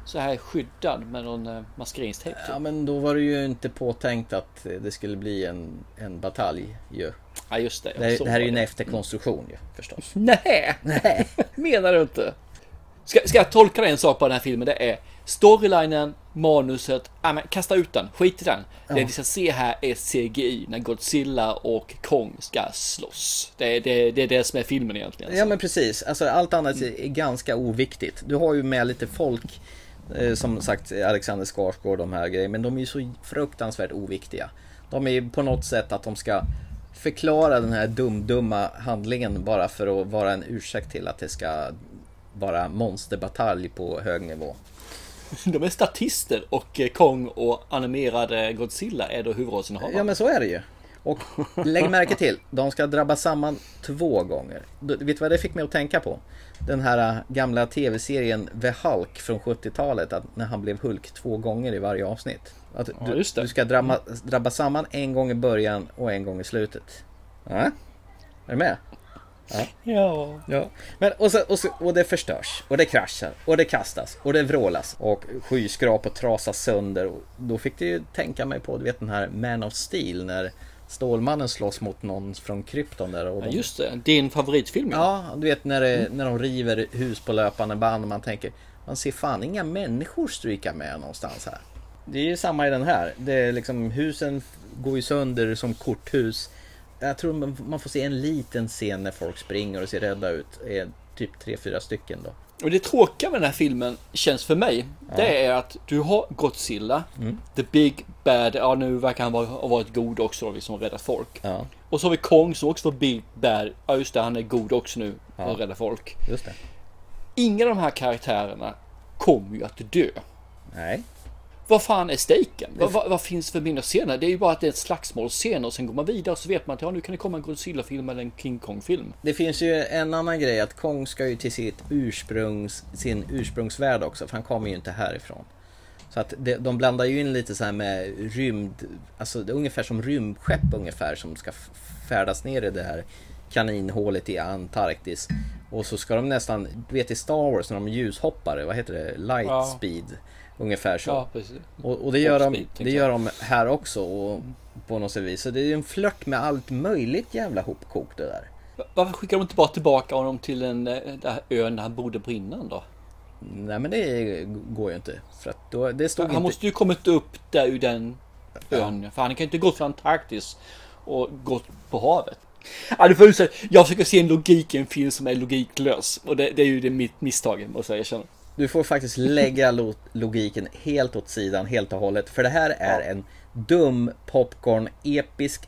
så här skyddad med någon eh, maskeringstejp. Ja, men då var det ju inte påtänkt att det skulle bli en, en batalj ju. Ja, just det. Det, det här är ju en efterkonstruktion ju, förstås. Nej, nej. Menar du inte? Ska, ska jag tolka det en sak på den här filmen? Det är storylinen, manuset, ja, men kasta ut den, skit i den. Ja. Det vi ska se här är C G I när Godzilla och Kong ska slåss. Det är det, det, är det som är filmen egentligen. Alltså. Ja, men precis. Alltså, allt annat är mm. ganska oviktigt. Du har ju med lite folk, eh, som sagt Alexander Skarsgård, de här grejerna, men de är ju så fruktansvärt oviktiga. De är ju på något sätt att de ska förklara den här dum-dumma handlingen bara för att vara en ursäkt till att det ska vara monsterbatalj på hög nivå. De är statister och Kong och animerade Godzilla är då huvudrollsinnehavare. Ja, men så är det ju. Och lägg märke till, de ska drabba samman två gånger. Du, vet du vad det fick mig att tänka på? Den här gamla tv-serien The Hulk från sjuttiotalet, att när han blev Hulk två gånger i varje avsnitt. Att ja, du, just det. du ska drabba, drabba samman en gång i början och en gång i slutet. Ja? Är du med? Ja. Ja. ja. Men, och, så, och, så, och det förstörs, och det kraschar, och det kastas, och det vrålas, och skyskrapor trasas sönder. Och då fick det ju tänka mig på, du vet, den här Man of Steel, när Stålmannen slåss mot någon från Krypton där. Och ja, de... just det. Din favoritfilm. Ja, du vet när, det, mm. när de river hus på löpande band och man tänker, man ser fan inga människor stryka med någonstans här. Det är ju samma i den här. Det är liksom, husen går ju sönder som korthus. Jag tror man får se en liten scen när folk springer och ser rädda ut. Är typ tre, fyra stycken då. Och det tråkiga med den här filmen känns för mig, ja. Det är att du har Godzilla, mm. The Big Bad, ja nu verkar han ha varit god också då, liksom räddat folk. Ja. Och så har vi Kong som också var Big Bad, ja just det, han är god också nu och ja. räddar folk. Just det. Inga av de här karaktärerna kommer ju att dö. Nej. Vad fan är stejken? Vad, vad, vad finns för mindre scener? Det är ju bara att det är ett slagsmålscen och sen går man vidare och så vet man att ja, nu kan det komma en Godzilla-film eller en King Kong-film. Det finns ju en annan grej, att Kong ska ju till sitt ursprungs, sin ursprungsvärld också, för han kommer ju inte härifrån. Så att det, de blandar ju in lite så här med rymd, alltså det är ungefär som rymdskepp ungefär som ska färdas ner i det här kaninhålet i Antarktis. Och så ska de nästan, du vet i Star Wars när de ljushoppare, vad heter det? Light ja. speed. Ungefär så. Ja, precis. Och, och det gör de, det gör de här också och på något sätt vis. Så det är ju en flört med allt möjligt jävla hopkok det där. Varför skickar de inte bara tillbaka honom till en där ön där han bodde på innan då? Nej, men det går ju inte. För att då, det stod han inte... måste ju kommit upp där ur den ön. Ja. För han kan ju inte gå från Antarktis och gått på havet. Ja, du får ju säga, jag försöker se en logik i en film som är logiklös. Och det, det är ju det mitt misstag, måste jag känna. Du får faktiskt lägga logiken helt åt sidan, helt och hållet. För det här är ja. en dum popcorn, episk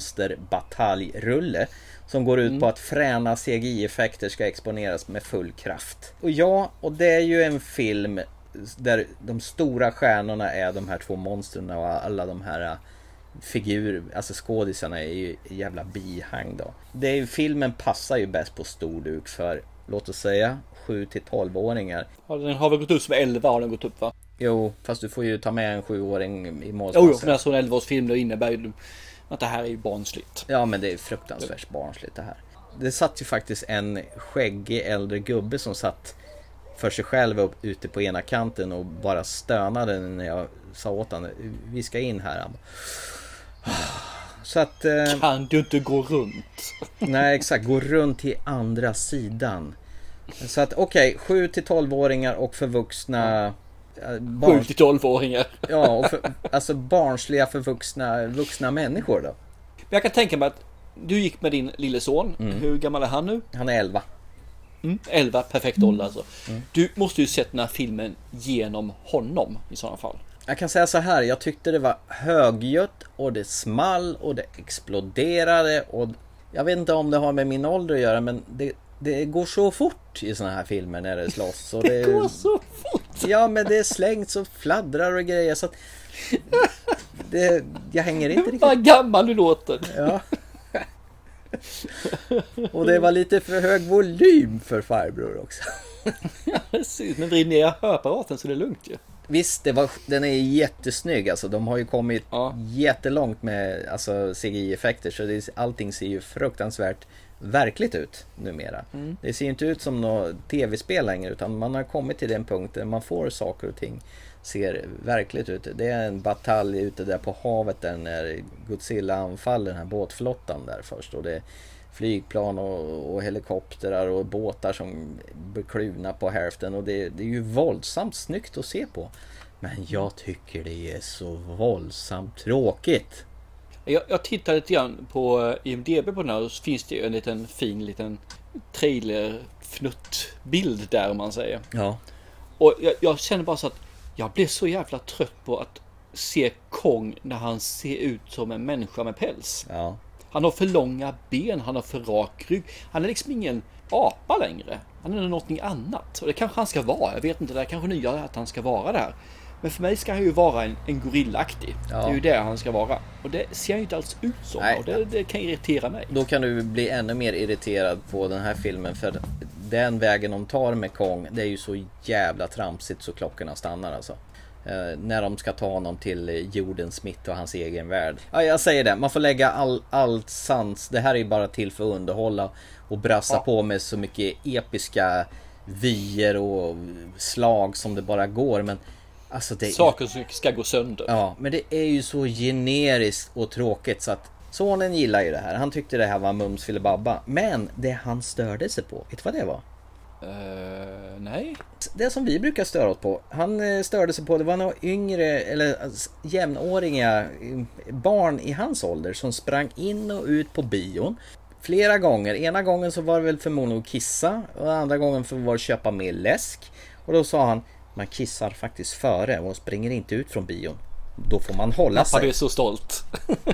monsterbatalj-rulle som går ut mm. på att fräna C G I-effekter ska exponeras med full kraft. Och ja, och det är ju en film där de stora stjärnorna är de här två monstren och alla de här figurer, alltså skådisarna är ju jävla bihang då. Det är ju, filmen passar ju bäst på stor duk för, låt oss säga, sju till tolv-åringar. Ja, den har väl gått ut som elva har den gått upp va? Jo, fast du får ju ta med en sjuåring i målsmassa. Jo, jo, men alltså en elva-årsfilm då innebär ju att det här är ju barnsligt. Ja, men det är fruktansvärt barnsligt det här. Det satt ju faktiskt en skäggig äldre gubbe som satt för sig själv upp ute på ena kanten och bara stönade när jag sa åt honom, vi ska in här. Så att, eh, kan du inte gå runt? Nej, exakt, gå runt till andra sidan. Så att okej, okay, sju till tolv-åringar och förvuxna barn... sju till tolv-åringar. Ja, och för, alltså barnsliga förvuxna vuxna människor då. Men jag kan tänka mig att du gick med din lille son. Mm. Hur gammal är han nu? Han är elva. Mm, elva, perfekt ålder alltså. Mm. Du måste ju sett den här filmen genom honom i sådana fall. Jag kan säga så här, jag tyckte det var högljutt och det small och det exploderade och jag vet inte om det har med min ålder att göra, men det, det går så fort i såna här filmer när det slåss. Och det, det går så fort! Ja, men det är slängt och fladdrar och grejer så att det, jag hänger inte riktigt. Vad gammal du låter! Ja. Och det var lite för hög volym för farbror också. Ja, precis. Men vrid ner hörapparaten så det är lugnt ju. Visst, det var, den är jättesnygg alltså. De har ju kommit ja. jättelångt med alltså, C G I-effekter. Så det, allting ser ju fruktansvärt verkligt ut numera. Mm. Det ser ju inte ut som något tv-spel längre, utan man har kommit till den punkten där man får saker och ting ser verkligt ut. Det är en batalj ute där på havet där när Godzilla anfaller den här båtflottan där först, och det är flygplan och, och helikoptrar och båtar som blir kluvna på hälften, och det, det är ju våldsamt snyggt att se på. Men jag tycker det är så våldsamt tråkigt. Jag, jag tittade lite grann på I M D B på den här, och så finns det ju en liten fin liten trailer-fnutt-bild där, om man säger. Ja. Och jag, jag känner bara så att jag blev så jävla trött på att se Kong när han ser ut som en människa med päls. Ja. Han har för långa ben, han har för rak rygg. Han är liksom ingen apa längre. Han är någonting annat. Och det kanske han ska vara. Jag vet inte, det är kanske nya att han ska vara där. Men för mig ska han ju vara en, en gorillaktig. Ja. Det är ju det han ska vara. Och det ser han ju inte alls ut som. Nej. Och det, det kan irritera mig. Då kan du bli ännu mer irriterad på den här filmen. För den vägen de tar med Kong, det är ju så jävla tramsigt så klockorna stannar alltså. Eh, när de ska ta honom till jordens mitt och hans egen värld. Ja, jag säger det. Man får lägga all, allt sans. Det här är bara till för att underhålla och brassa ja. på med så mycket episka vyer och slag som det bara går. Men alltså det saker som ska gå sönder. Ja, men det är ju så generiskt och tråkigt så att sonen gillar ju det här. Han tyckte det här var mums filibabba. Men det han störde sig på, vet du vad det var? Uh, nej. Det som vi brukar störa oss på. Han störde sig på, det var några yngre eller jämnåriga barn i hans ålder som sprang in och ut på bion flera gånger. Ena gången så var det väl förmodligen att kissa, och andra gången för var att köpa mer läsk. Och då sa han, man kissar faktiskt före och springer inte ut från bion. Då får man hålla Pappa, sig. du är så stolt.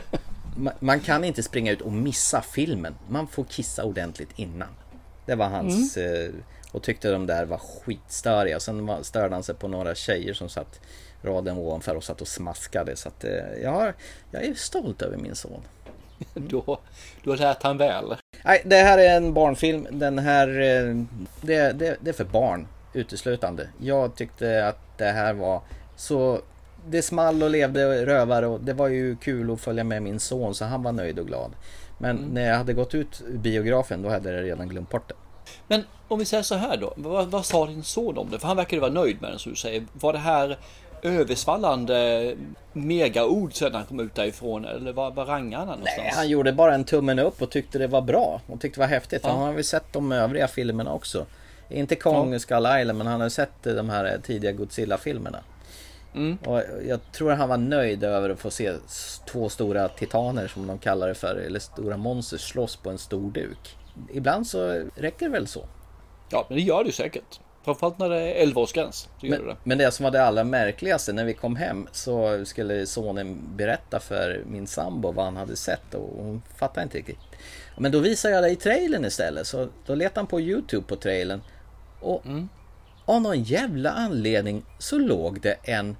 man, man kan inte springa ut och missa filmen. Man får kissa ordentligt innan. Det var hans mm. eh, och tyckte de där var skitstöriga. Sen var, störde han sig på några tjejer som satt raden ovanför och satt och smaskade. Så att eh, jag, har, jag är stolt över min son. Mm. då, då lät han väl. Nej, det här är en barnfilm. Den här eh, det, det, det är för barn uteslutande. Jag tyckte att det här var så, det small och levde rövare, och det var ju kul att följa med min son, så han var nöjd och glad. Men mm. när jag hade gått ut ur biografen, då hade jag redan glömt bort det. Men om vi säger så här då, vad, vad sa din son om det? För han verkade vara nöjd med den, så du säger. Var det här översvallande megaord sedan han kom ut därifrån, eller vad, vad rangade han någonstans? Nej, han gjorde bara en tummen upp och tyckte det var bra och tyckte det var häftigt. Ja. Han har väl sett de övriga filmerna också. Inte Kong, ja. Skull Island, men han har sett de här tidiga Godzilla-filmerna. Mm. Och jag tror han var nöjd över att få se två stora titaner, som de kallar det för, eller stora monster, slåss på en stor duk. Ibland så räcker det väl så. Ja, men det gör det säkert. Framförallt när det är elva-årsgräns. Men, det. men det som var det allra märkligaste, när vi kom hem så skulle sonen berätta för min sambo vad han hade sett, och hon fattade inte riktigt. Men då visade jag det i trailern istället, så då letade han på YouTube på trailern, och mm. av någon jävla anledning så låg det en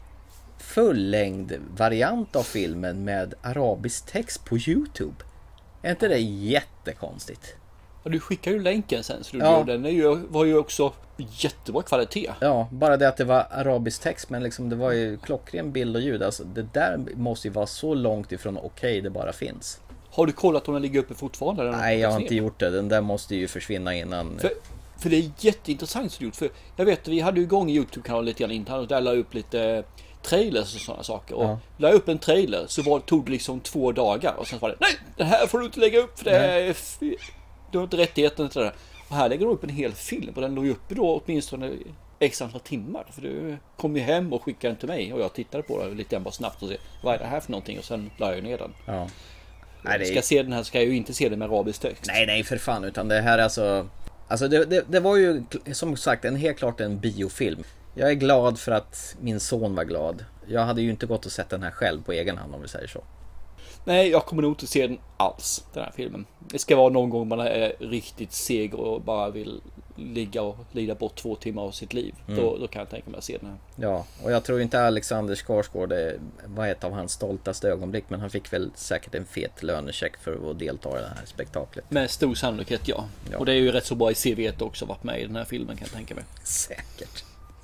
fullängd variant av filmen med arabisk text på YouTube. Är inte det jättekonstigt? Och du skickar ju länken sen, så du ja. Den är ju, var ju också jättebra kvalitet. Ja, bara det att det var arabisk text, men liksom det var ju klockren bild och ljud. Alltså det där måste ju vara så långt ifrån okej okay, det bara finns. Har du kollat om den ligger uppe fortfarande? Eller Nej, jag har inte gjort det. Den där måste ju försvinna innan. För, för det är jätteintressant så gjort. För jag vet, vi hade ju igång i YouTube-kanalen lite grann internt, och där la upp lite trailers och sådana saker. Och ja. La upp en trailer så var, tog det liksom två dagar. Och sen var det, nej, det här får du inte lägga upp, för det är f- du har inte rättigheten till det där. Och här lägger de upp en hel film, och den låg ju uppe då åtminstone x antal timmar. För du kom ju hem och skickade den till mig, och jag tittade på det lite bara snabbt och se vad är det här för någonting, och sen la jag ner den. Ja. Nej, det är... Ska jag se den här, ska jag ju inte se den med arabisk text. Nej, nej för fan, utan det här är alltså... Alltså det, det, det var ju som sagt en helt klart en biofilm. Jag är glad för att min son var glad. Jag hade ju inte gått och sett den här själv på egen hand, om vi säger så. Nej, jag kommer nog inte se den alls, den här filmen. Det ska vara någon gång man är riktigt seg och bara vill ligga och lida bort två timmar av sitt liv. Mm. Då, då kan jag tänka mig att se den här. Ja, och jag tror inte Alexander Skarsgård var ett av hans stoltaste ögonblick, men han fick väl säkert en fet lönecheck för att delta i det här spektaklet. Med stor sannolikhet, ja. ja. Och det är ju rätt så bra i C V också varit med i den här filmen, kan jag tänka mig. Säkert.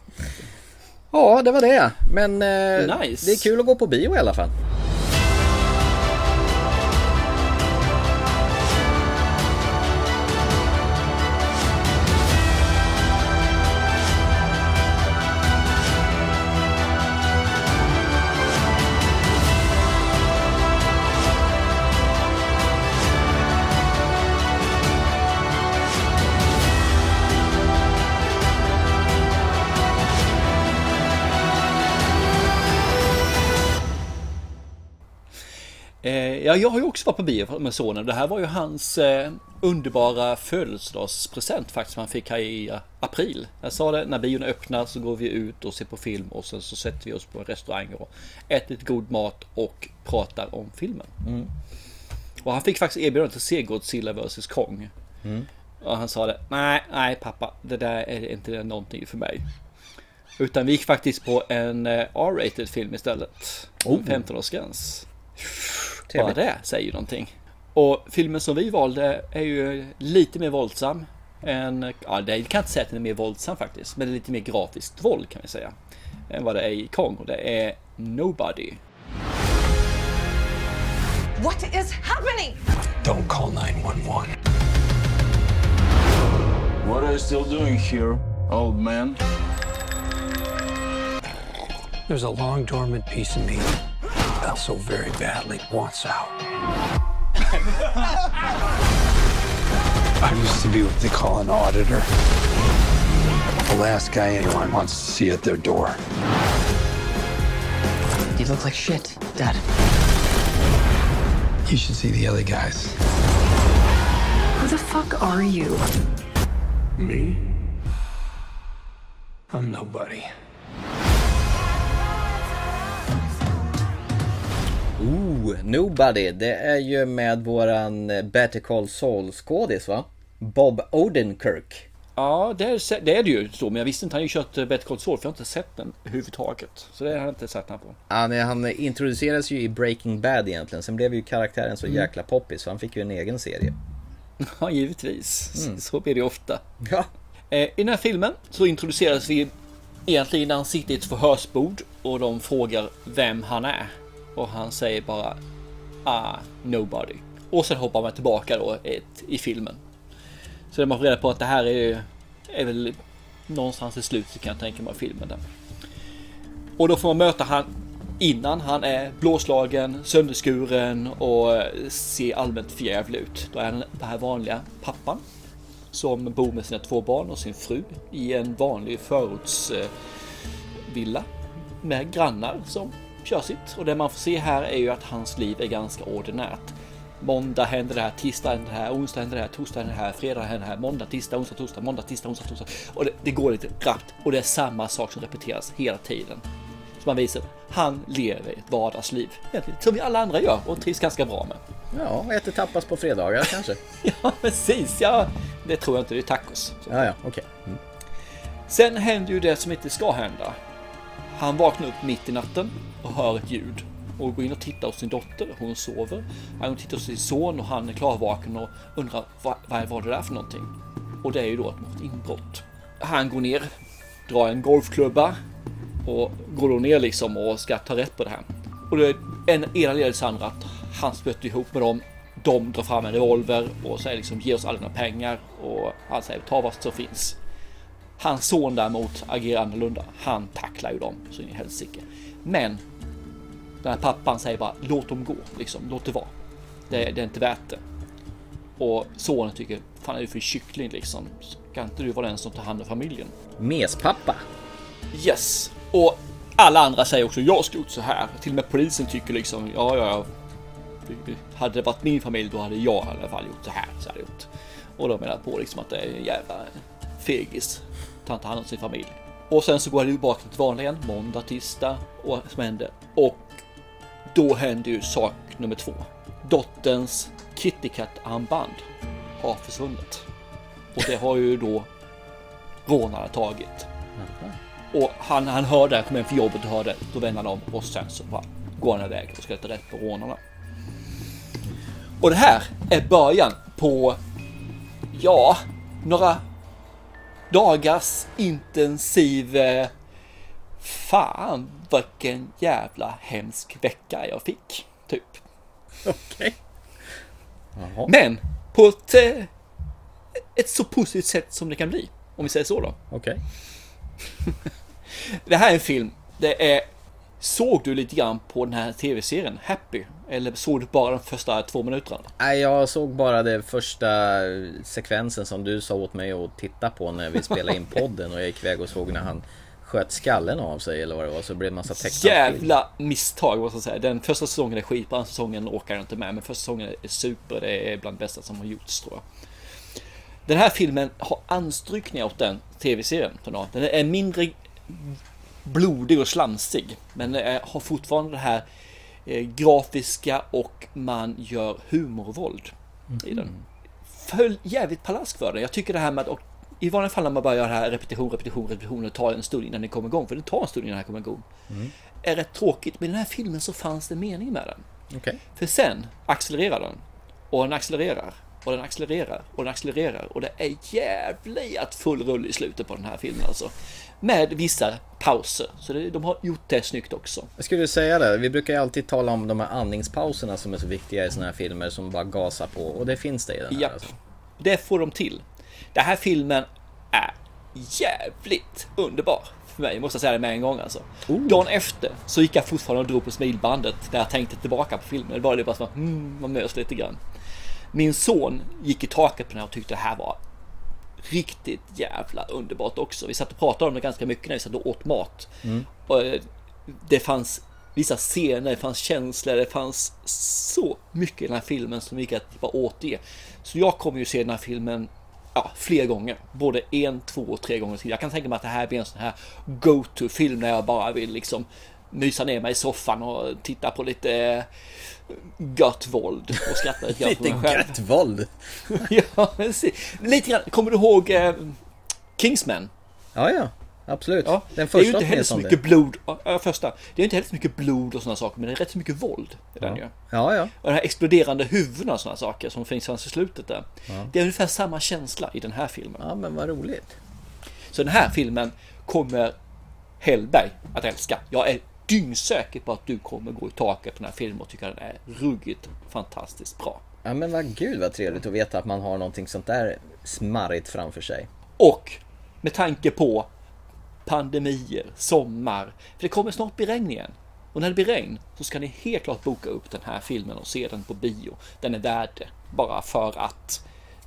Ja, det var det. Men eh, nice. Det är kul att gå på bio i alla fall. Ja, jag har ju också varit på bio med sonen. Det här var ju hans eh, underbara födelsedagspresent faktiskt som han fick här i uh, april. Jag sa det, när bion öppnar så går vi ut och ser på film och sen så sätter vi oss på en restaurang och äter lite god mat och pratar om filmen. Mm. Och han fick faktiskt erbjudandet att se Godzilla versus Kong. Mm. Och han sa det, nej, nej pappa, det där är inte någonting för mig. Utan vi gick faktiskt på en uh, R-rated film istället. Oh. femton-årsgräns. Bara det säger ju någonting. Och filmen som vi valde är ju lite mer våldsam än, ja, det kan inte säga att den är mer våldsam faktiskt, men det är lite mer grafiskt våld kan vi säga än vad det är i Kong, och det är Nobody. What is happening? Don't call nine one one. What are you still doing here, old man? There's a long dormant piece of me that so very badly wants out. I used to be what they call an auditor. The last guy anyone wants to see at their door. You look like shit, Dad. You should see the other guys. Who the fuck are you? Me? I'm nobody. Ooh, Nobody, det är ju med våran Better Call Saul-skådis, va? Bob Odenkirk. Ja, det är, det är det ju så, men jag visste inte, han har ju kört Better Call Saul, för jag har inte sett den överhuvudtaget. Så det har jag inte sett han på. Ja, nej, han introducerades ju i Breaking Bad egentligen, sen blev ju karaktären så mm. jäkla poppis, så han fick ju en egen serie. Ja, givetvis. Mm. Så blir det ofta. Ja. I den här filmen så introduceras vi egentligen när han sitter i ett förhörsbord och de frågar vem han är. Och han säger bara ah, nobody. Och sen hoppar man tillbaka då ett, i filmen. Så det man får reda på att det här är, är väl någonstans i slutet, kan jag tänka mig, filmen där. Och då får man möta han innan han är blåslagen, sönderskuren och ser allmänt förjävlig ut. Då är han den här vanliga pappan som bor med sina två barn och sin fru i en vanlig förortsvilla med grannar som kör sitt. Och det man får se här är ju att hans liv är ganska ordinärt. Måndag händer det här, tisdag händer det här, onsdag händer det här, torsdag händer det här, fredag händer det här, måndag, tisdag, onsdag, torsdag, måndag, tisdag, onsdag, torsdag. Och det, det går lite rappt och det är samma sak som repeteras hela tiden. Så man visar att han lever ett vardagsliv som vi alla andra gör och trivs ganska bra med. Ja, äter tappas på fredagar kanske. Ja, precis. Ja, det tror jag inte, det är tacos. Ja, ja, okej. Okay. Mm. Sen händer ju det som inte ska hända. Han vaknar upp mitt i natten och hör ett ljud och går in och tittar hos sin dotter. Hon sover. Han tittar hos sin son och han är klarvaken och undrar vad, vad var det där för någonting. Och det är ju då ett inbrott. Han går ner, drar en golfklubba och går då ner liksom och ska ta rätt på det här. Och det är en ena ledes andra att han stöter ihop med dem. De drar fram en revolver och säger liksom ge oss alla dina pengar, och han säger ta vad som finns. Hans son däremot agerar annorlunda. Han tacklar ju dem så in i helsike. Men den här pappan säger bara låt dem gå, liksom, låt det vara. Det, det är inte värt det. Och sonen tycker, fan är du för kyckling liksom? Ska inte du vara den som tar hand om familjen? Mespappa. Yes. Och alla andra säger också jag ska gjort så här. Till och med polisen tycker liksom ja ja ja. Hade det varit min familj då hade jag i alla fall gjort så här, så hade jag gjort. Och de menar på liksom att det är en jävla fegis. Ta inte hand om sin familj. Och sen så går det ju bak till vanligen. Måndag, tisdag och som händer. Och då händer ju sak nummer två. Dotterns Kitty Cat-armband har försvunnit. Och det har ju då rånarna tagit. Och han, han hör det, kommer för jobbet och hör det. Då vänder han om och sen så bara går han iväg och ska leta rätt på rånarna. Och det här är början på ja, några dagars intensiv fan vilken jävla hemsk vecka jag fick typ. Okej. Okay. Men på ett, ett så positivt sätt som det kan bli, om vi säger så då. Okej. Okay. Det här är en film. Det är, såg du lite grann på den här tv-serien Happy? Eller såg du bara de första två minuterna? Nej, jag såg bara det första sekvensen som du sa åt mig att titta på när vi spelade in podden. Och jag gick iväg och såg när han sköt skallen av sig eller vad det var, så blev det massa tecknad jävla misstag måste jag säga. Den första säsongen är skitbra, den säsongen orkar jag inte med, men första säsongen är super, det är bland det bästa som har gjorts tror jag. Den här filmen har anstrykningar åt den tv-serien. Den är mindre blodig och slamsig, men den har fortfarande det här eh, grafiska och man gör humorvåld mm. i den. Föll jävligt palask för det. Jag tycker det här med att, och i vanliga fall när man bara gör det här repetition, repetition, repetition och tar en stund innan den kommer igång, för det tar en stund innan den kommer igång, mm. är rätt tråkigt. Men i den här filmen så fanns det mening med den. Okay. För sen accelererar den och den accelererar och den accelererar och den accelererar och det är jävligt full rull i slutet på den här filmen alltså. Med vissa pauser. Så det, de har gjort det snyggt också. Jag skulle säga det. Vi brukar ju alltid tala om de här andningspauserna som är så viktiga i såna här filmer som bara gasar på. Och det finns det i den här. Ja, alltså. Det får de till. Den här filmen är jävligt underbar för mig. Jag måste säga det med en gång alltså. Oh. Dagen efter så gick jag fortfarande och drog på smilbandet när jag tänkte tillbaka på filmen. Det var det bara så att hmm, man mös lite grann. Min son gick i taket på den här och tyckte det här var riktigt jävla underbart också. Vi satt och pratade om det ganska mycket när vi satt och åt mat. Mm. Och det fanns vissa scener, det fanns känslor, det fanns så mycket i den här filmen som gick att bara återge. Så jag kommer ju se den här filmen ja, fler gånger. Både en, två och tre gånger till. Jag kan tänka mig att det här blir en sån här go-to-film när jag bara vill liksom mysa ner mig i soffan och titta på lite gött våld och skratta lite grann. Lite gött våld. Ja, men se. Lite grann. Kommer du ihåg eh, Kingsman? Ja, ja. Absolut. Ja, den första det är ju inte heller så mycket blod. Ja, första. Det är inte heller så mycket blod och sådana saker, men det är rätt så mycket våld i den ja. ju. Ja, ja. Och den här exploderande huvudena och sådana saker som finns i slutet där. Ja. Det är ungefär samma känsla i den här filmen. Ja, men vad roligt. Så den här filmen kommer Hellberg att älska. Jag är dyngsäker på att du kommer gå i taket på den här filmen och tycka den är ruggigt fantastiskt bra. Ja, men vad gud vad trevligt att veta att man har någonting sånt där smarrigt framför sig. Och med tanke på pandemier, sommar, för det kommer snart bli regn igen. Och när det blir regn så ska ni helt klart boka upp den här filmen och se den på bio. Den är värd det, bara för att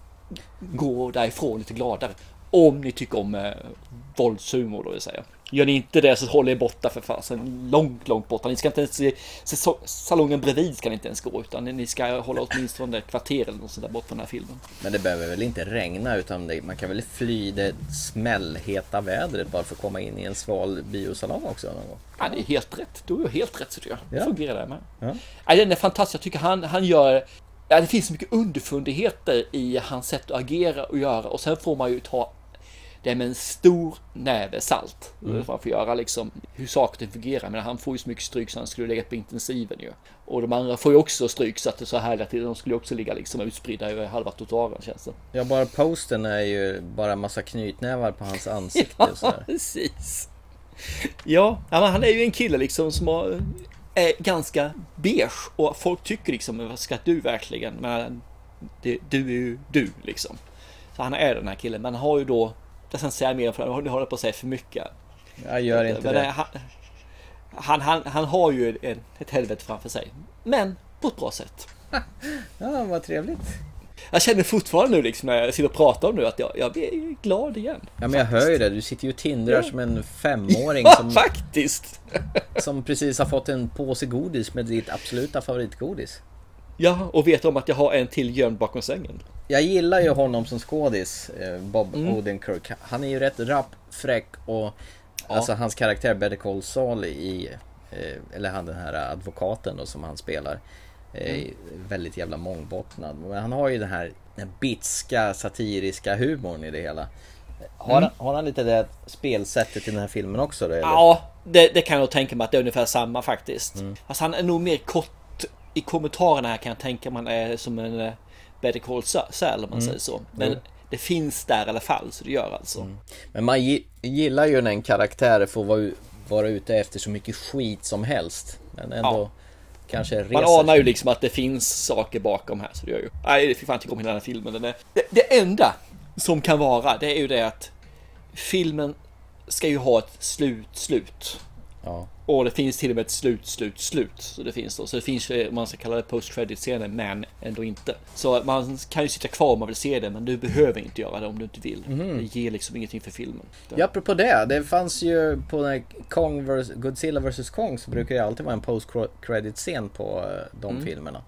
gå därifrån lite gladare. Om ni tycker om eh, våldshumor då vill säga. Gör ni inte det så håller er borta för fasen. Långt, långt borta. Ni ska inte ens se, se salongen bredvid ska ni inte ens gå. Utan ni ska hålla åtminstone ett kvarter eller något sånt där bort från den här filmen. Men det behöver väl inte regna utan det, man kan väl fly det smällheta vädret bara för att komma in i en sval biosalong också någon gång. Ja, det är helt rätt. Du är helt rätt så tycker jag. Det ja. fungerar där med. Ja. Ja, den är fantastisk. Jag tycker han, han gör... Ja, det finns så mycket underfundigheter i hans sätt att agera och göra. Och sen får man ju ta det med en stor näve salt. Mm. Man får göra liksom hur saker fungerar. Men han får ju så mycket stryk så han skulle lägga på intensiven ju. Och de andra får ju också stryk så att det är så här att de skulle också ligga liksom utspridda över halva trottoaren känns det. Ja, bara posten är ju bara en massa knytnävar på hans ansikte. Ja, och så där. Precis. Ja, men han är ju en kille liksom som har, är ganska beige och folk tycker liksom, vad ska du verkligen? Men det, du är ju du liksom. Så han är den här killen, men han har ju då, jag ska säga mer för nu håller på att säga för mycket. Jag gör inte men det. Han, han, han, han har ju ett, ett helvete framför sig, men på ett bra sätt. Ja, vad trevligt. Jag känner fortfarande nu liksom när jag sitter och pratar om nu att jag, jag blir glad igen. Ja, men jag faktiskt. hör ju det. Du sitter ju och tindrar ja. som en femåring ja, som, faktiskt. som precis har fått en påse godis med ditt absoluta favoritgodis. Ja, och vet om att jag har en till gömd bakom sängen. Jag gillar ju honom som skådis, Bob Mm. Odenkirk. Han är ju rätt rapp, fräck och ja. alltså hans karaktär Better Call Saul i, eller han den här advokaten då, som han spelar. Mm. Väldigt jävla mångbottnad. Men han har ju den här den bitska, satiriska humorn i det hela. Har, mm. har han lite det spelsättet i den här filmen också då, eller? Ja, det, det kan jag tänka mig att det är ungefär samma faktiskt. Mm. Alltså han är nog mer kort i kommentarerna här, kan jag tänka man är som en uh, Better Call Saul om man mm. säger så. Men mm. det finns där i alla fall, så det gör alltså. Mm. Men man gillar ju när en karaktär får vara, vara ute efter så mycket skit som helst. Men ändå... Ja. Kanske man anar ju liksom att det finns saker bakom här, så det gör ju. Nej, det fick fan inte om hela den här filmen. Den är, det, det enda som kan vara, det är ju det att filmen ska ju ha ett slut, slut. Ja. Och det finns till och med ett slut, slut, slut. Så det finns då. Så det finns, man ska kalla det post-credit-scener, men ändå inte. Så man kan ju sitta kvar om man vill se det, men du behöver inte göra det om du inte vill. Mm. Det ger liksom ingenting för filmen. Ja, apropå det. Det fanns ju på när Kong versus. Godzilla versus. Kong så brukar det alltid vara en post-credit-scen på de mm. filmerna.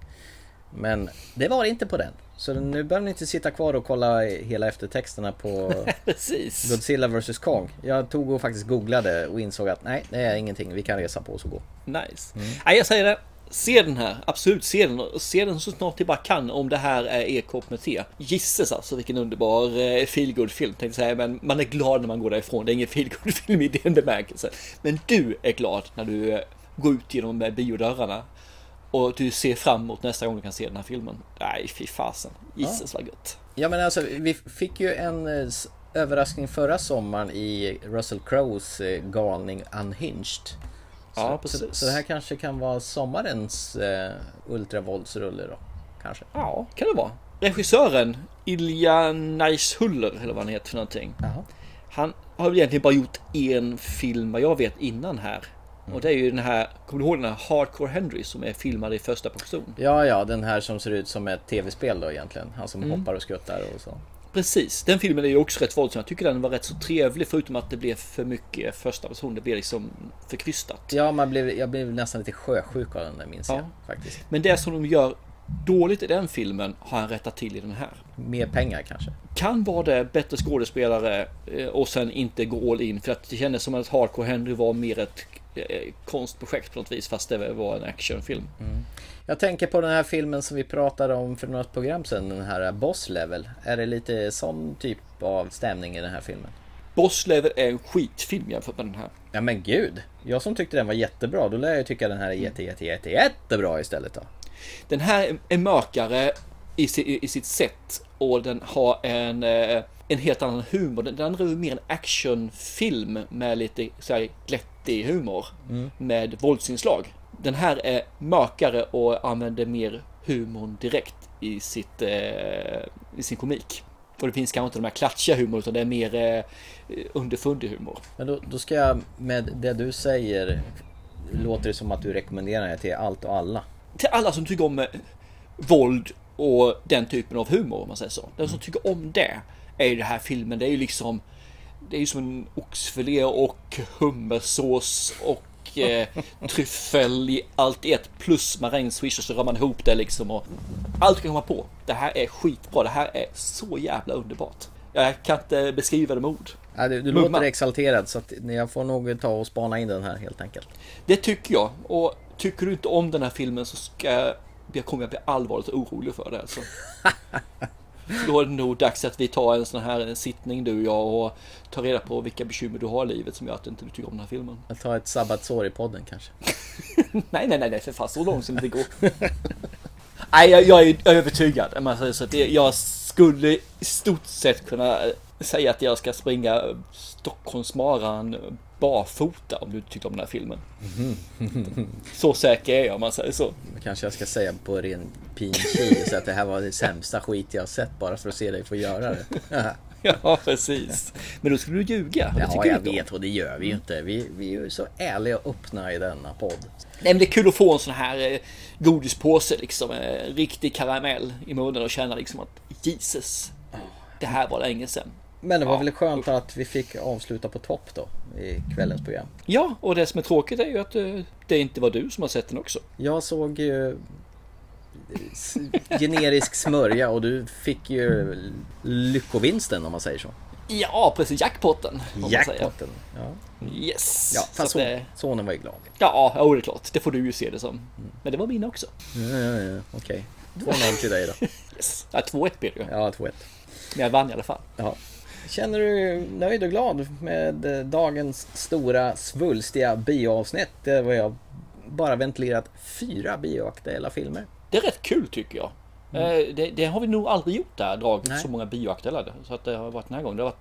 Men det var inte på den. Så nu behöver ni inte sitta kvar och kolla hela eftertexterna på Godzilla versus. Kong. Jag tog och faktiskt googlade och insåg att nej, det är ingenting. Vi kan resa på oss och gå. Nice. Mm. Nej, jag säger det. Se den här. Absolut, se den. Se den så snart ni bara kan om det här är er kopp med te. Gisses alltså, vilken underbar eh, feelgood-film. Tänkte säga, men man är glad när man går därifrån. Det är ingen feelgood-film i den bemärkelsen. Men du är glad när du eh, går ut genom eh, biodörrarna. Och du ser fram emot nästa gång du kan se den här filmen. Nej, fy fasen. Gisses, ja. Vad gött. Ja, men alltså, vi fick ju en eh, överraskning förra sommaren i Russell Crowes eh, galning Unhinged. Så, ja, precis. Så, så det här kanske kan vara sommarens eh, ultravåldsrulle då, kanske. Ja, kan det vara. Regissören Ilja Naishuller, eller vad han heter för någonting. Jaha. Han har väl egentligen bara gjort en film vad jag vet innan här. Mm. Och det är ju den här, kommer du ihåg den här Hardcore Henry som är filmad i första person? Ja, ja, den här som ser ut som ett tv-spel då egentligen. Han som mm. hoppar och skuttar och så. Precis, den filmen är ju också rätt våldsam. Jag tycker den var rätt så trevlig, förutom att det blev för mycket första person. Det blev liksom för krystat. Ja, man blev, jag blev nästan lite sjösjuk av den där, minns ja. jag faktiskt. Men det som de gör dåligt i den filmen har han rättat till i den här. Mer pengar kanske. Kan vara det, bättre skådespelare och sen inte gå all in. För att det kändes som att Hardcore Henry var mer ett konstprojekt på något vis, fast det var en actionfilm. Mm. Jag tänker på den här filmen som vi pratade om för något program sedan, den här Boss Level. Är det lite sån typ av stämning i den här filmen? Boss Level är en skitfilm jämfört med den här. Ja men gud, jag som tyckte den var jättebra, då lär jag tycka den här är jätte, jätte, jätte, jättebra istället då. Den här är mörkare i, i, i sitt sätt och den har en, en helt annan humor. Den andra är mer en actionfilm med lite så här glättig humor mm. med våldsinslag. Den här är mörkare och använder mer humorn direkt i, sitt, eh, i sin komik. Och det finns kanske inte de här klatschiga humor, utan det är mer eh, underfundig humor. Men då, då ska jag, med det du säger, låter det som att du rekommenderar det till allt och alla. Till alla som tycker om eh, våld och den typen av humor, om man säger så. Den som tycker om det är ju det här filmen. Det är ju liksom, det är ju som en oxfilé och hummersås och eh, tryffel i allt i ett, plus marängswish, och så rör man ihop det liksom och allt kan komma på. Det här är skitbra. Det här är så jävla underbart. Jag kan inte beskriva det med ord. Ja, du du låter exalterad, så att jag får nog ta och spana in den här helt enkelt. Det tycker jag. Och tycker du inte om den här filmen så ska jag kommer jag bli allvarligt orolig för det alltså. Då är det nog dags att vi tar en sån här sittning du och jag och tar reda på vilka bekymmer du har i livet som gör att du inte tycker om den här filmen. Jag tar ett sabbatsår i podden kanske. nej, nej, nej, nej, för fast så långt som det går. Nej, jag, jag är övertygad. Man, så att jag skulle i stort sett kunna säga att jag ska springa Stockholmsmaran barfota om du tycker om den här filmen. Mm. Så säker är jag, om man säger så. Kanske jag ska säga på ren pinchi så att det här var det sämsta skit jag har sett, bara för att se dig få göra det. Ja, precis. Men då skulle du ljuga. Ja, jag vet, och det gör vi ju inte. Vi, vi är ju så ärliga och öppna i denna podd. Nej, men det är kul att få en sån här eh, godispåse liksom, eh, riktig karamell i munnen och känna liksom att Jesus, det här var länge sedan. Men det var ja. väl skönt att vi fick avsluta på topp då i kvällens program. Ja, och det som är tråkigt är ju att uh, det inte var du som har sett den också. Jag såg ju generisk smörja och du fick ju lyckovinsten, om man säger så. Ja, precis, jackpotten. Jackpotten, ja. Yes. Ja, fast son, det... sonen var ju glad. Ja, ja, det är klart. Det får du ju se det som. Mm. Men det var min också. Ja, ja, ja. Okej. Okay. två noll till dig då. Yes. Ja, två ett blir det ju. Ja, två ett. Men jag vann i alla fall. Ja. Känner du nöjd och glad med dagens stora svulstiga bioavsnitt? Det var jag bara ventilerat fyra bioaktuella filmer. Det är rätt kul tycker jag. Mm. Det, det har vi nog aldrig gjort där, dragit så många bioaktuella. Så att det har varit den här gången. Det har varit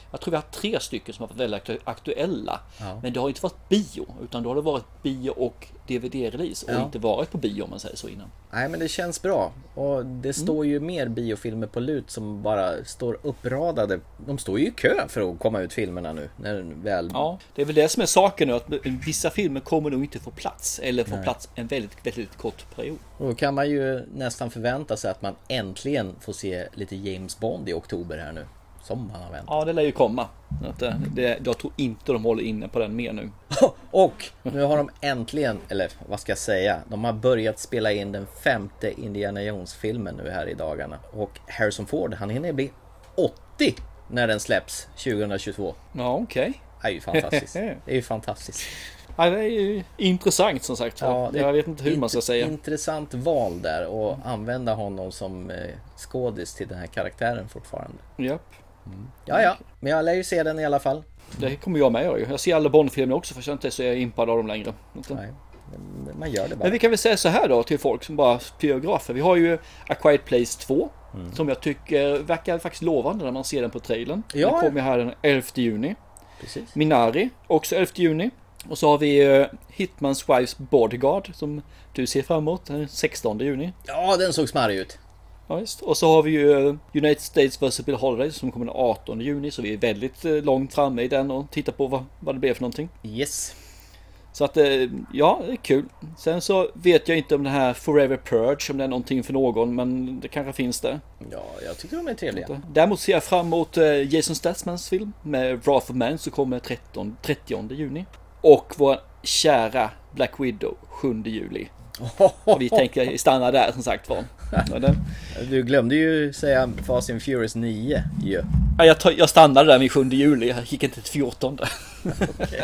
Jag tror vi har tre stycken som har varit väldigt aktu- aktuella. Ja. Men det har inte varit bio, utan då har det varit bio och D V D-release och Ja. inte varit på bio om man säger så innan. Nej, men det känns bra. Och det står ju mer biofilmer på lut som bara står uppradade. De står ju i kö för att komma ut filmerna nu. När väl... Ja, det är väl det som är saken nu, att vissa filmer kommer nog inte få plats. Eller få Nej. plats en väldigt, väldigt kort period. Och då kan man ju nästan förvänta sig att man äntligen får se lite James Bond i oktober här nu. Som man har väntat. Ja, det lär ju komma. Att det, det, jag tror inte de håller inne på den mer nu. Och nu har de äntligen, eller vad ska jag säga, de har börjat spela in den femte Indiana Jones-filmen nu här i dagarna. Och Harrison Ford, han hinner bli åttio när den släpps tjugohundratjugotvå. Ja, okej. Okay. Det är ju fantastiskt. Det är ju fantastiskt. Ja, det är ju intressant som sagt. Ja, jag vet inte hur man ska säga. Intressant val där och mm. använda honom som eh, skådis till den här karaktären fortfarande. Japp. Mm. Ja, ja. Men jag lär ju se den i alla fall. Det kommer jag med ju. Jag ser alla Bond-filmer också för jag inte så jag är impad av dem längre. Nej, man gör det bara. Men vi kan väl säga så här då till folk som bara biografer. Vi har ju A Quiet Place två. Mm. Som jag tycker verkar faktiskt lovande när man ser den på trailern. Ja. Den kommer här den elfte juni. Precis. Minari, också elfte juni. Och så har vi uh, Hitman's Wife's Bodyguard som du ser fram emot den sextonde juni. Ja, den såg smarrig ut. Ja, just. Och så har vi ju uh, United States versus Bill Holiday som kommer den artonde juni. Så vi är väldigt uh, långt framme i den och tittar på vad, vad det blir för någonting. Yes. Så att, uh, ja, det är kul. Sen så vet jag inte om det här Forever Purge, om det är någonting för någon, men det kanske finns det. Ja, jag tycker de är trevliga. Däremot ser jag fram emot uh, Jason Stathams film med Wrath of Man som kommer trettionde juni. Och vår kära Black Widow sjunde juli. Och vi tänker stanna där som sagt var. Du glömde ju säga Fast and Furious nio ju. Ja, jag, t- jag stannade där med sjunde juli. Jag gick inte till fjortonde. Okay.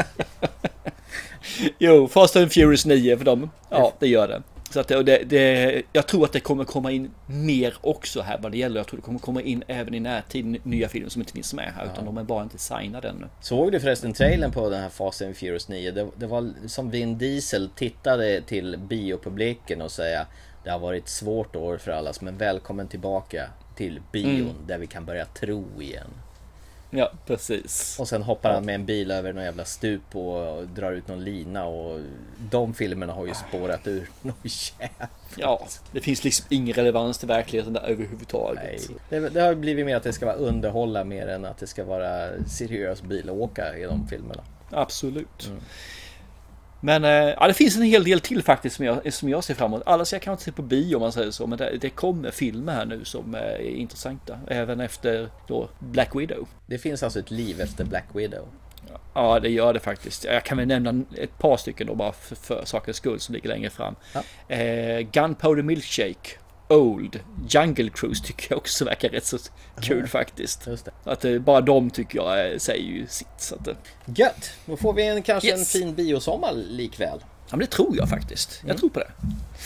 Jo, Fast and Furious nio för dem. Ja, det gör det. Så att det, det, jag tror att det kommer komma in mer också här vad det gäller. Jag tror det kommer komma in även i närtid nya filmer som inte finns med här. Ja. Utan de är bara inte signade ännu. Såg du förresten trailern på den här Fast and Furious nio? Det, det var som Vin Diesel tittade till biopubliken och säga det har varit ett svårt år för alla, men välkommen tillbaka till bion mm. där vi kan börja tro igen. Ja, precis. Och sen hoppar han med en bil över någon jävla stup och drar ut någon lina och de filmerna har ju spårat ur någon jävla. Ja, det finns liksom ingen relevans till verkligheten där överhuvudtaget. Nej. Det, det har blivit mer att det ska vara underhålla mer än att det ska vara seriös bilåka i de filmerna. Absolut. Mm. Men ja, det finns en hel del till faktiskt som jag, som jag ser fram emot. Alla ser jag kan inte se på bio om man säger så, men det, det kommer filmer här nu som är intressanta. Även efter då Black Widow. Det finns alltså ett liv efter Black Widow. Ja, det gör det faktiskt. Jag kan väl nämna ett par stycken då bara för, för sakens skull som ligger längre fram. Ja. Eh, Gunpowder Milkshake, Old, Jungle Cruise tycker jag också verkar rätt så kul mm. faktiskt. Just det. Att eh, bara de tycker jag säger ju sitt. Så att, eh. Gött! Då får vi en, kanske yes. en fin biosommar likväl. Ja, men det tror jag faktiskt. Jag mm. tror på det.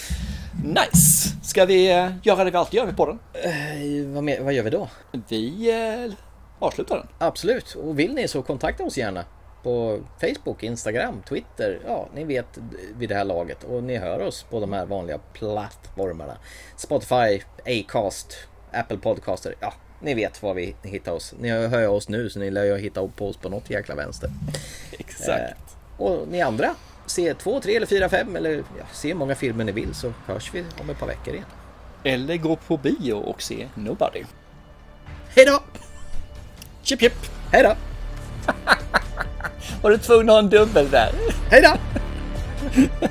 Nice! Ska vi eh, göra det vi alltid gör på den? Eh, vad, med, vad gör vi då? Vi eh, avslutar den. Absolut. Och vill ni så kontakta oss gärna på Facebook, Instagram, Twitter. Ja, ni vet vid det här laget. Och ni hör oss på de här vanliga plattformarna. Spotify, Acast, Apple Podcaster. Ja, ni vet var vi hittar oss. Ni hör oss nu så ni lär ju hitta på oss på något jäkla vänster. Exakt. Eh, och ni andra, se två, tre eller fyra, fem eller ja, se hur många filmer ni vill så hörs vi om ett par veckor igen. Eller gå på bio och se Nobody. Hej då! Chip chip! Hej då! Var du tvungen att ha en dubbel där? Hej då!